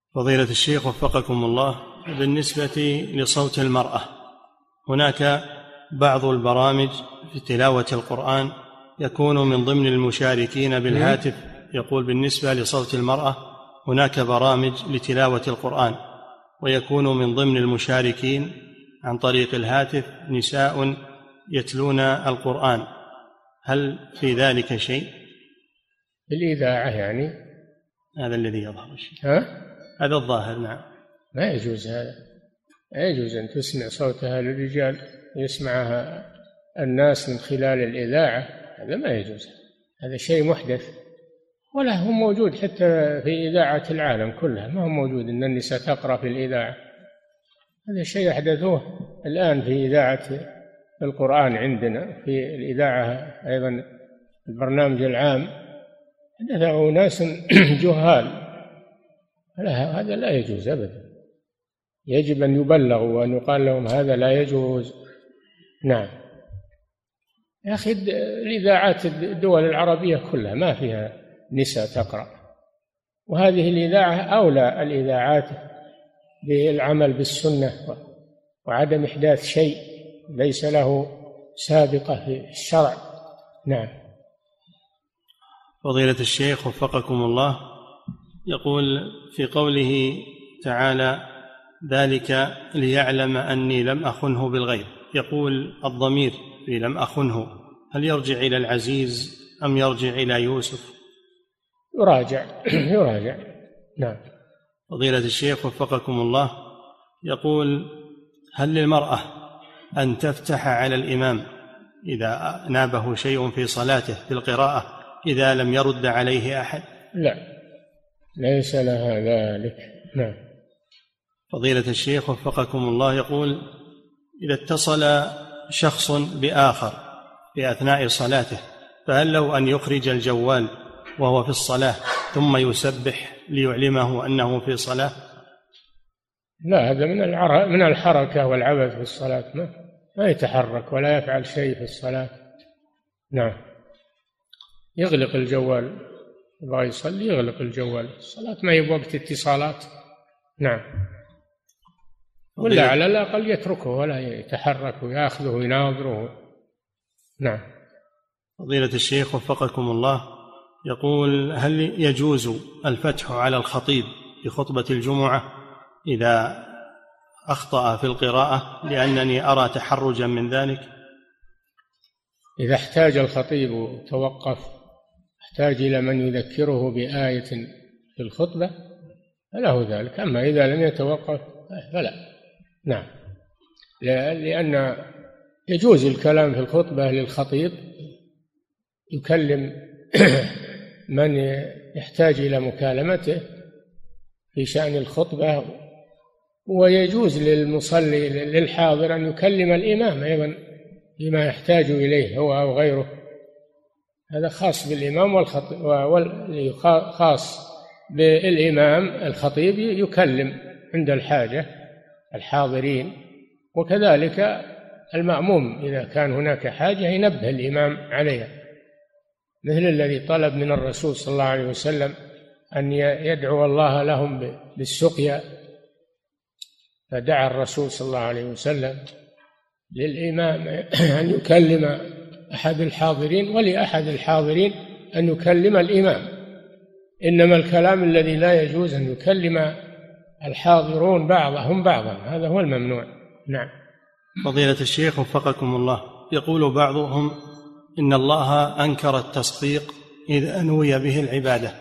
S1: فضيلة الشيخ وفقكم الله، بالنسبة لصوت المرأة، هناك بعض البرامج في تلاوة القرآن يكون من ضمن المشاركين بالهاتف. يقول بالنسبة لصوت المرأة هناك برامج لتلاوة القرآن ويكون من ضمن المشاركين عن طريق الهاتف نساء يتلون القرآن، هل في ذلك شيء؟
S2: بالإذاعة يعني؟
S1: هذا الذي يظهر الشيء.
S2: ها؟
S1: هذا الظاهر. نعم.
S2: ما يجوز هذا، لا يجوز أن تسمع صوتها للرجال يسمعها الناس من خلال الإذاعة، هذا ما يجوز، هذا شيء محدث، ولا هو موجود حتى في إذاعة العالم كلها، ما هو موجود أن النساء تقرأ في الإذاعة، هذا شيء أحدثوه الآن في إذاعة القرآن عندنا، في الإذاعة أيضا البرنامج العام حدثه ناس جهال، لا هذا لا يجوز أبدا، يجب أن يبلغوا وأن يقال لهم هذا لا يجوز. نعم يا أخي، الإذاعات الدول العربية كلها ما فيها نساء تقرأ، وهذه الإذاعة أولى الإذاعات بالعمل بالسنة وعدم إحداث شيء ليس له سابقة في الشرع. نعم.
S1: فضيلة الشيخ وفقكم الله، يقول في قوله تعالى ذلك ليعلم أني لم أخنه بالغيب، يقول الضمير في لم أخنه هل يرجع إلى العزيز أم يرجع إلى يوسف؟
S2: يراجع يراجع. نعم.
S1: فضيلة الشيخ وفقكم الله، يقول هل للمرأة أن تفتح على الإمام إذا نابه شيء في صلاته في القراءة إذا لم يرد عليه أحد؟
S2: لا، ليس لها ذلك. نعم.
S1: فضيلة الشيخ وفقكم الله، يقول إذا اتصل شخص بآخر في أثناء صلاته فهل له أن يخرج الجوال وهو في الصلاة ثم يسبح ليعلمه أنه في صلاة؟
S2: لا، هذا من من الحركة والعبث في الصلاة، ما, ما يتحرك ولا يفعل شيء في الصلاة. نعم. يغلق الجوال، يبغى يصلي يغلق الجوال، الصلاة ما هي بوقت اتصالات. نعم. ولا على الأقل يتركه ولا يتحرك ويأخذه ويناظره. نعم.
S1: فضيلة الشيخ وفقكم الله، يقول هل يجوز الفتح على الخطيب في خطبة الجمعة إذا أخطأ في القراءة، لأنني أرى تحرجا من ذلك؟
S2: إذا احتاج الخطيب توقف، احتاج إلى من يذكره بآية في الخطبة فله ذلك، أما إذا لم يتوقف فلا. نعم. لأن يجوز الكلام في الخطبة للخطيب، يكلم من يحتاج إلى مكالمته في شأن الخطبة، ويجوز للمصلي للحاضر أن يكلم الإمام أيضا بما يحتاج إليه هو أو غيره، هذا خاص بالإمام والخطيب، خاص بالإمام الخطيب يكلم عند الحاجة الحاضرين، وكذلك المأموم إذا كان هناك حاجة ينبه الإمام عليها، مثل الذي طلب من الرسول صلى الله عليه وسلم أن يدعو الله لهم بالسقيا، فدعا الرسول صلى الله عليه وسلم للإمام أن يكلم أحد الحاضرين، ولأحد الحاضرين أن يكلم الإمام، إنما الكلام الذي لا يجوز أن يكلم الحاضرون بعضهم بعضا، هذا هو الممنوع. نعم.
S1: فضيلة الشيخ وفقكم الله، يقول بعضهم إن الله أنكر التصفيق إذا نوي به العبادة.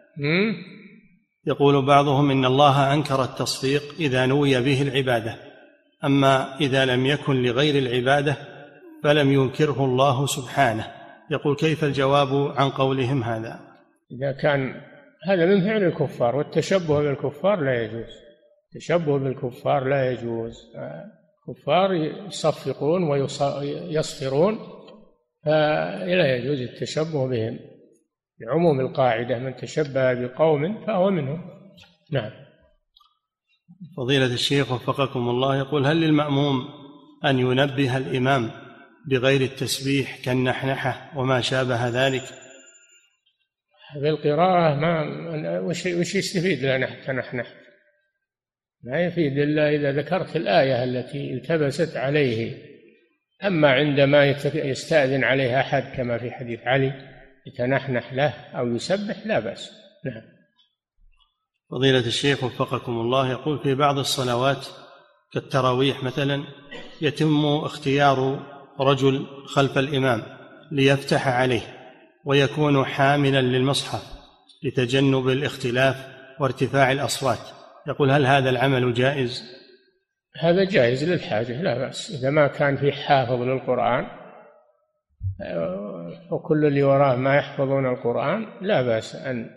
S1: يقول بعضهم إن الله أنكر التصفيق إذا نوي به العبادة، أما إذا لم يكن لغير العبادة فلم ينكره الله سبحانه. يقول كيف الجواب عن قولهم هذا؟
S2: إذا كان هذا من فعل الكفار، والتشبه بالكفار لا يجوز، التشبه بالكفار لا يجوز، الكفار يصفقون ويصفرون، فلا يجوز التشبه بهم لعموم القاعدة من تشبه بقوم فهو منهم. نعم.
S1: فضيلة الشيخ وفقكم الله، يقول هل للمأموم أن ينبه الإمام بغير التسبيح كالنحنحة وما شابه ذلك؟
S2: بالقراءة ما وش وش يستفيد لنا تنحنح؟ لا يفيد إلا إذا ذكرت الآية التي التبست عليه. أما عندما يستأذن عليه أحد كما في حديث علي يتنحنح له أو يسبح لا بأس. نعم.
S1: فضيلة الشيخ وفقكم الله، يقول في بعض الصلوات كالتراويح مثلا يتم اختيار رجل خلف الإمام ليفتح عليه ويكون حاملا للمصحف لتجنب الاختلاف وارتفاع الأصوات، يقول هل هذا العمل جائز؟
S2: هذا جائز للحاجة لا بأس، إذا ما كان في حافظ للقرآن وكل اللي وراه ما يحفظون القرآن لا بأس أن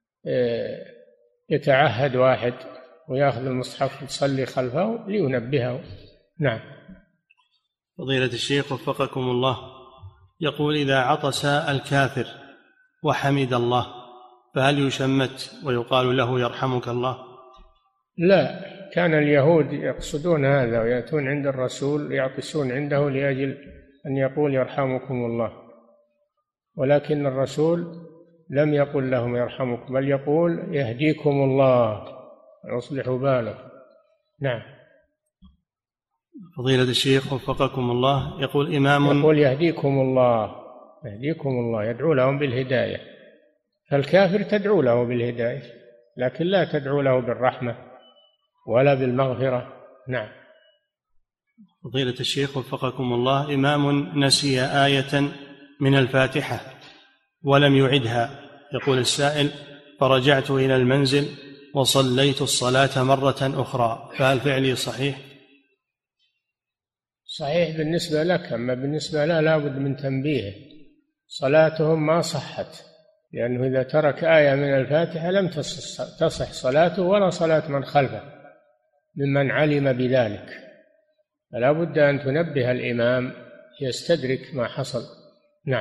S2: يتعهد واحد ويأخذ المصحف يصلي خلفه لينبهه. نعم.
S1: فضيلة الشيخ وفقكم الله، يقول إذا عطس الكافر وحمد الله فهل يشمت ويقال له يرحمك الله؟
S2: لا، كان اليهود يقصدون هذا ويأتون عند الرسول يعطسون عنده لأجل أن يقول يرحمكم الله، ولكن الرسول لم يقل لهم يرحمكم بل يقول يهديكم الله ويصلح بالكم. نعم.
S1: فضيلة الشيخ وفقكم الله، يقول إمام
S2: يقول يهديكم الله، يهديكم الله، يدعو لهم بالهداية. فالكافر تدعو له بالهداية لكن لا تدعو له بالرحمة ولا بالمغفرة. نعم.
S1: فضيلة الشيخ وفقكم الله، إمام نسي آية من الفاتحة ولم يعدها، يقول السائل فرجعت إلى المنزل وصليت الصلاة مرة أخرى فهل فعلي صحيح؟
S2: صحيح بالنسبة لك، أما بالنسبة له لا بد من تنبيهه، صلاتهم ما صحت، لأنه إذا ترك آية من الفاتحة لم تصح صلاته ولا صلاة من خلفه ممن علم بذلك، فلا بد أن تنبه الإمام يستدرك ما حصل. نعم.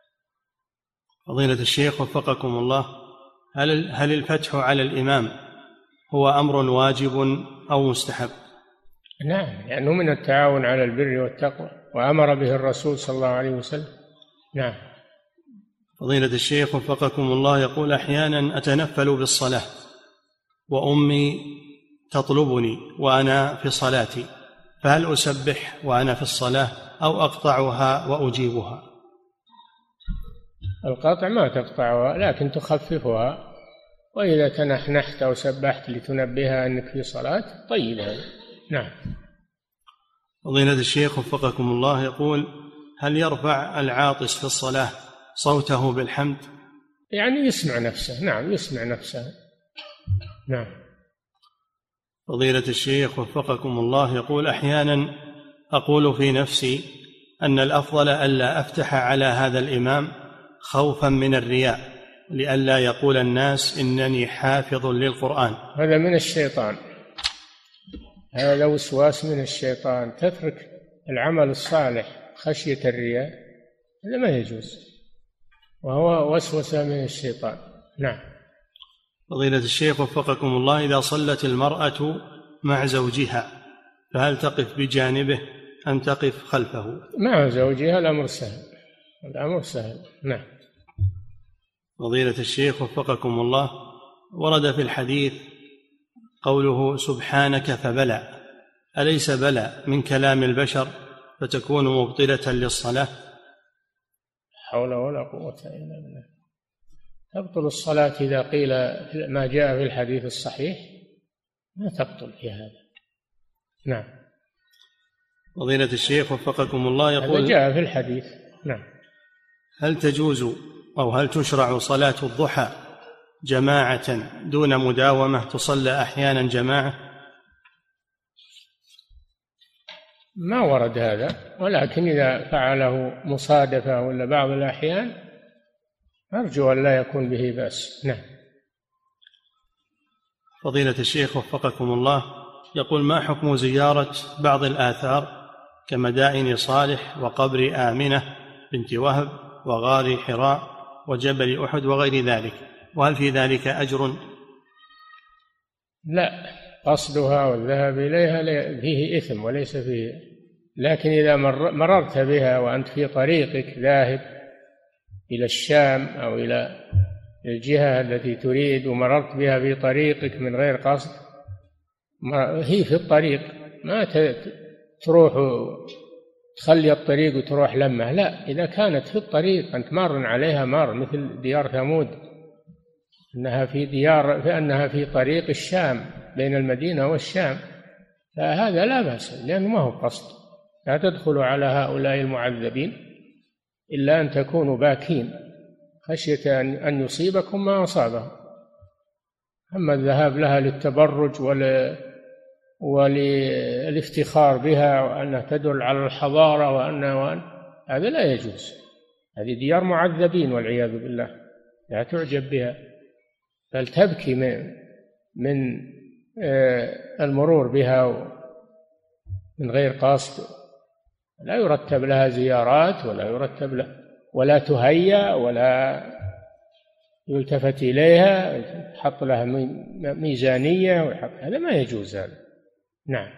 S1: فضيلة الشيخ وفقكم الله، هل هل الفتح على الإمام هو أمر واجب أو مستحب؟
S2: نعم، لأنه من التعاون على البر والتقوى وأمر به الرسول صلى الله عليه وسلم. نعم.
S1: فضيلة الشيخ وفقكم الله، يقول أحيانا أتنفل بالصلاة وأمي تطلبني وأنا في صلاتي فهل أسبح وأنا في الصلاة أو أقطعها وأجيبها؟
S2: القطع ما تقطعها لكن تخففها، وإذا تنحنحت أو سبحت لتنبهها أنك في صلاة طيبها. نعم.
S1: فضيلة الشيخ وفقكم الله، يقول هل يرفع العاطس في الصلاة صوته بالحمد؟
S2: يعني يسمع نفسه. نعم، يسمع نفسه. نعم.
S1: فضيلة الشيخ وفقكم الله، يقول أحيانا أقول في نفسي أن الأفضل ألا أفتح على هذا الإمام خوفا من الرياء لئلا يقول الناس إنني حافظ للقرآن.
S2: هذا من الشيطان، هذا وسواس من الشيطان، تترك العمل الصالح خشية الرياء هذا ما يجوز، وهو وسوسة من الشيطان. نعم.
S1: فضيلة الشيخ وفقكم الله، إذا صلت المرأة مع زوجها فهل تقف بجانبه أم تقف خلفه؟
S2: مع زوجها الأمر سهل، الأمر سهل. نعم.
S1: فضيلة الشيخ وفقكم الله، ورد في الحديث قوله سبحانك فبلى، أليس بلى من كلام البشر فتكون مبطلة للصلاة؟
S2: حول ولا قوة إلا بالله. تبطل الصلاة إذا قيل ما جاء في الحديث الصحيح، ما تبطل في هذا. نعم.
S1: فضيلة الشيخ وفقكم الله، يقول
S2: هذا جاء في الحديث. نعم.
S1: هل تجوز أو هل تشرع صلاة الضحى جماعة دون مداومة تصلى أحيانا جماعة؟
S2: ما ورد هذا، ولكن إذا فعله مصادفة ولا بعض الأحيان أرجو أن لا يكون به بأس. نعم.
S1: فضيلة الشيخ وفقكم الله، يقول ما حكم زيارة بعض الآثار كمدائن صالح وقبر آمنة بنت وهب وغار حراء وجبل أحد وغير ذلك، وهل في ذلك أجر؟
S2: لا، قصدها والذهاب إليها فيه إثم وليس فيه، لكن إذا مررت بها وأنت في طريقك ذاهب إلى الشام أو إلى الجهة التي تريد ومررت بها في طريقك من غير قصد هي في الطريق، ما تروح تخلي الطريق وتروح لمه، لا، إذا كانت في الطريق أنت مار عليها مار، مثل ديار ثمود أنها في ديار فأنها في طريق الشام بين المدينة والشام، فهذا لا بأس لأنه ما هو قصد. لا تدخلوا على هؤلاء المعذبين إلا أن تكونوا باكين خشية أن يصيبكم ما أصابهم. أما الذهاب لها للتبرج والافتخار بها وأنها تدل على الحضارة وأن وأن هذا لا يجوز. هذه ديار معذبين والعياذ بالله، لا تعجب بها، بل تبكي من من المرور بها من غير قصد. لا يرتب لها زيارات ولا يرتب لها ولا تهيأ ولا يلتفت إليها، يحط لها ميزانية ويحط، هذا ما يجوز هذا. نعم.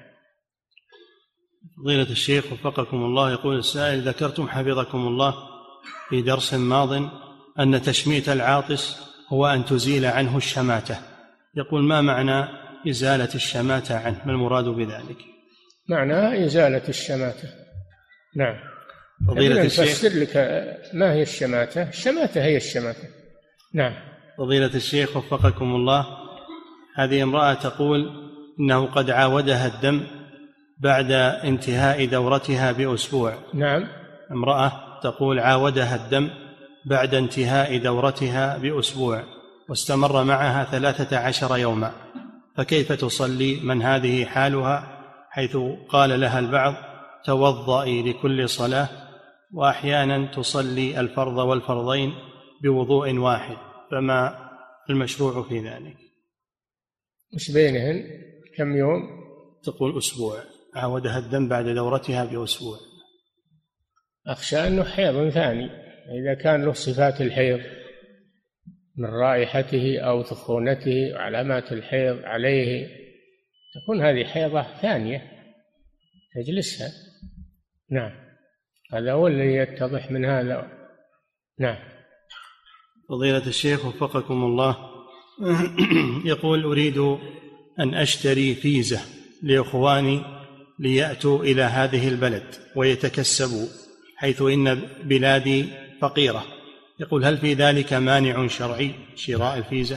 S1: فضيلة الشيخ وفقكم الله، يقول السائل: ذكرتم حفظكم الله في درس ماض أن تشميت العاطس هو أن تزيل عنه الشماتة، يقول: ما معنى إزالة الشماتة عنه؟ ما المراد بذلك؟
S2: معناها إزالة الشماتة. نعم.
S1: فضيلة الشيخ،
S2: نفسر لك ما هي الشماتة. الشماتة هي الشماتة. نعم.
S1: فضيلة الشيخ وفقكم الله، هذه امرأة تقول إنه قد عاودها الدم بعد انتهاء دورتها بأسبوع.
S2: نعم.
S1: امرأة تقول عاودها الدم بعد انتهاء دورتها بأسبوع واستمر معها ثلاثة عشر يوما، فكيف تصلي من هذه حالها، حيث قال لها البعض: توضئي لكل صلاة، وأحيانا تصلي الفرض والفرضين بوضوء واحد، فما المشروع في ذلك؟
S2: مش بينهن كم يوم؟
S1: تقول أسبوع، عاودها الدم بعد دورتها بأسبوع.
S2: أخشى أنه حيض ثاني، إذا كان له صفات الحيض من رائحته أو سخونته وعلامات الحيض عليه، تكون هذه حيضة ثانية تجلسها. نعم، هذا هو الذي يتضح من هذا. نعم.
S1: فضيلة الشيخ وفقكم الله، يقول: أريد أن أشتري فيزة لإخواني ليأتوا إلى هذه البلد ويتكسبوا، حيث إن بلادي فقيرة. يقول: هل في ذلك مانع شرعي شراء الفيزة؟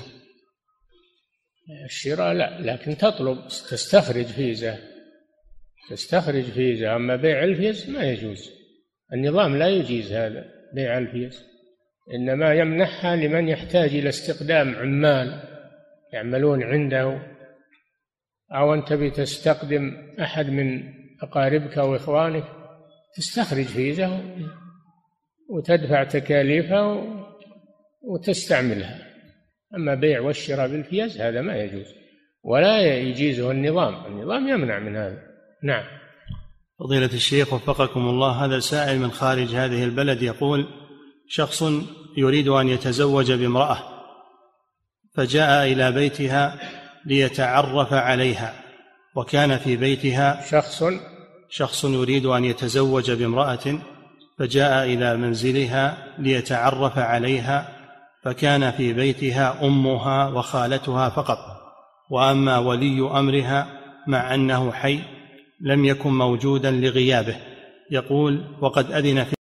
S2: الشراء لا، لكن تطلب تستخرج فيزة تستخرج فيزة أما بيع الفيز ما يجوز. النظام لا يجيز هذا، بيع الفيز، إنما يمنحها لمن يحتاج إلى استخدام عمال يعملون عنده، أو أنت بتستخدم أحد من أقاربك وإخوانك تستخرج فيزة وتدفع تكاليفها وتستعملها. أما بيع والشراء بالفيز هذا ما يجوز ولا يجيزه النظام، النظام يمنع من هذا. نعم.
S1: فضيلة الشيخ وفقكم الله، هذا سائل من خارج هذه البلد يقول: شخص يريد أن يتزوج بامرأة فجاء إلى بيتها ليتعرف عليها، وكان في بيتها
S2: شخص
S1: شخص يريد أن يتزوج بامرأة فجاء إلى منزلها ليتعرف عليها، فكان في بيتها أمها وخالتها فقط، وأما ولي أمرها مع أنه حي لم يكن موجودا لغيابه. يقول: وقد أذن في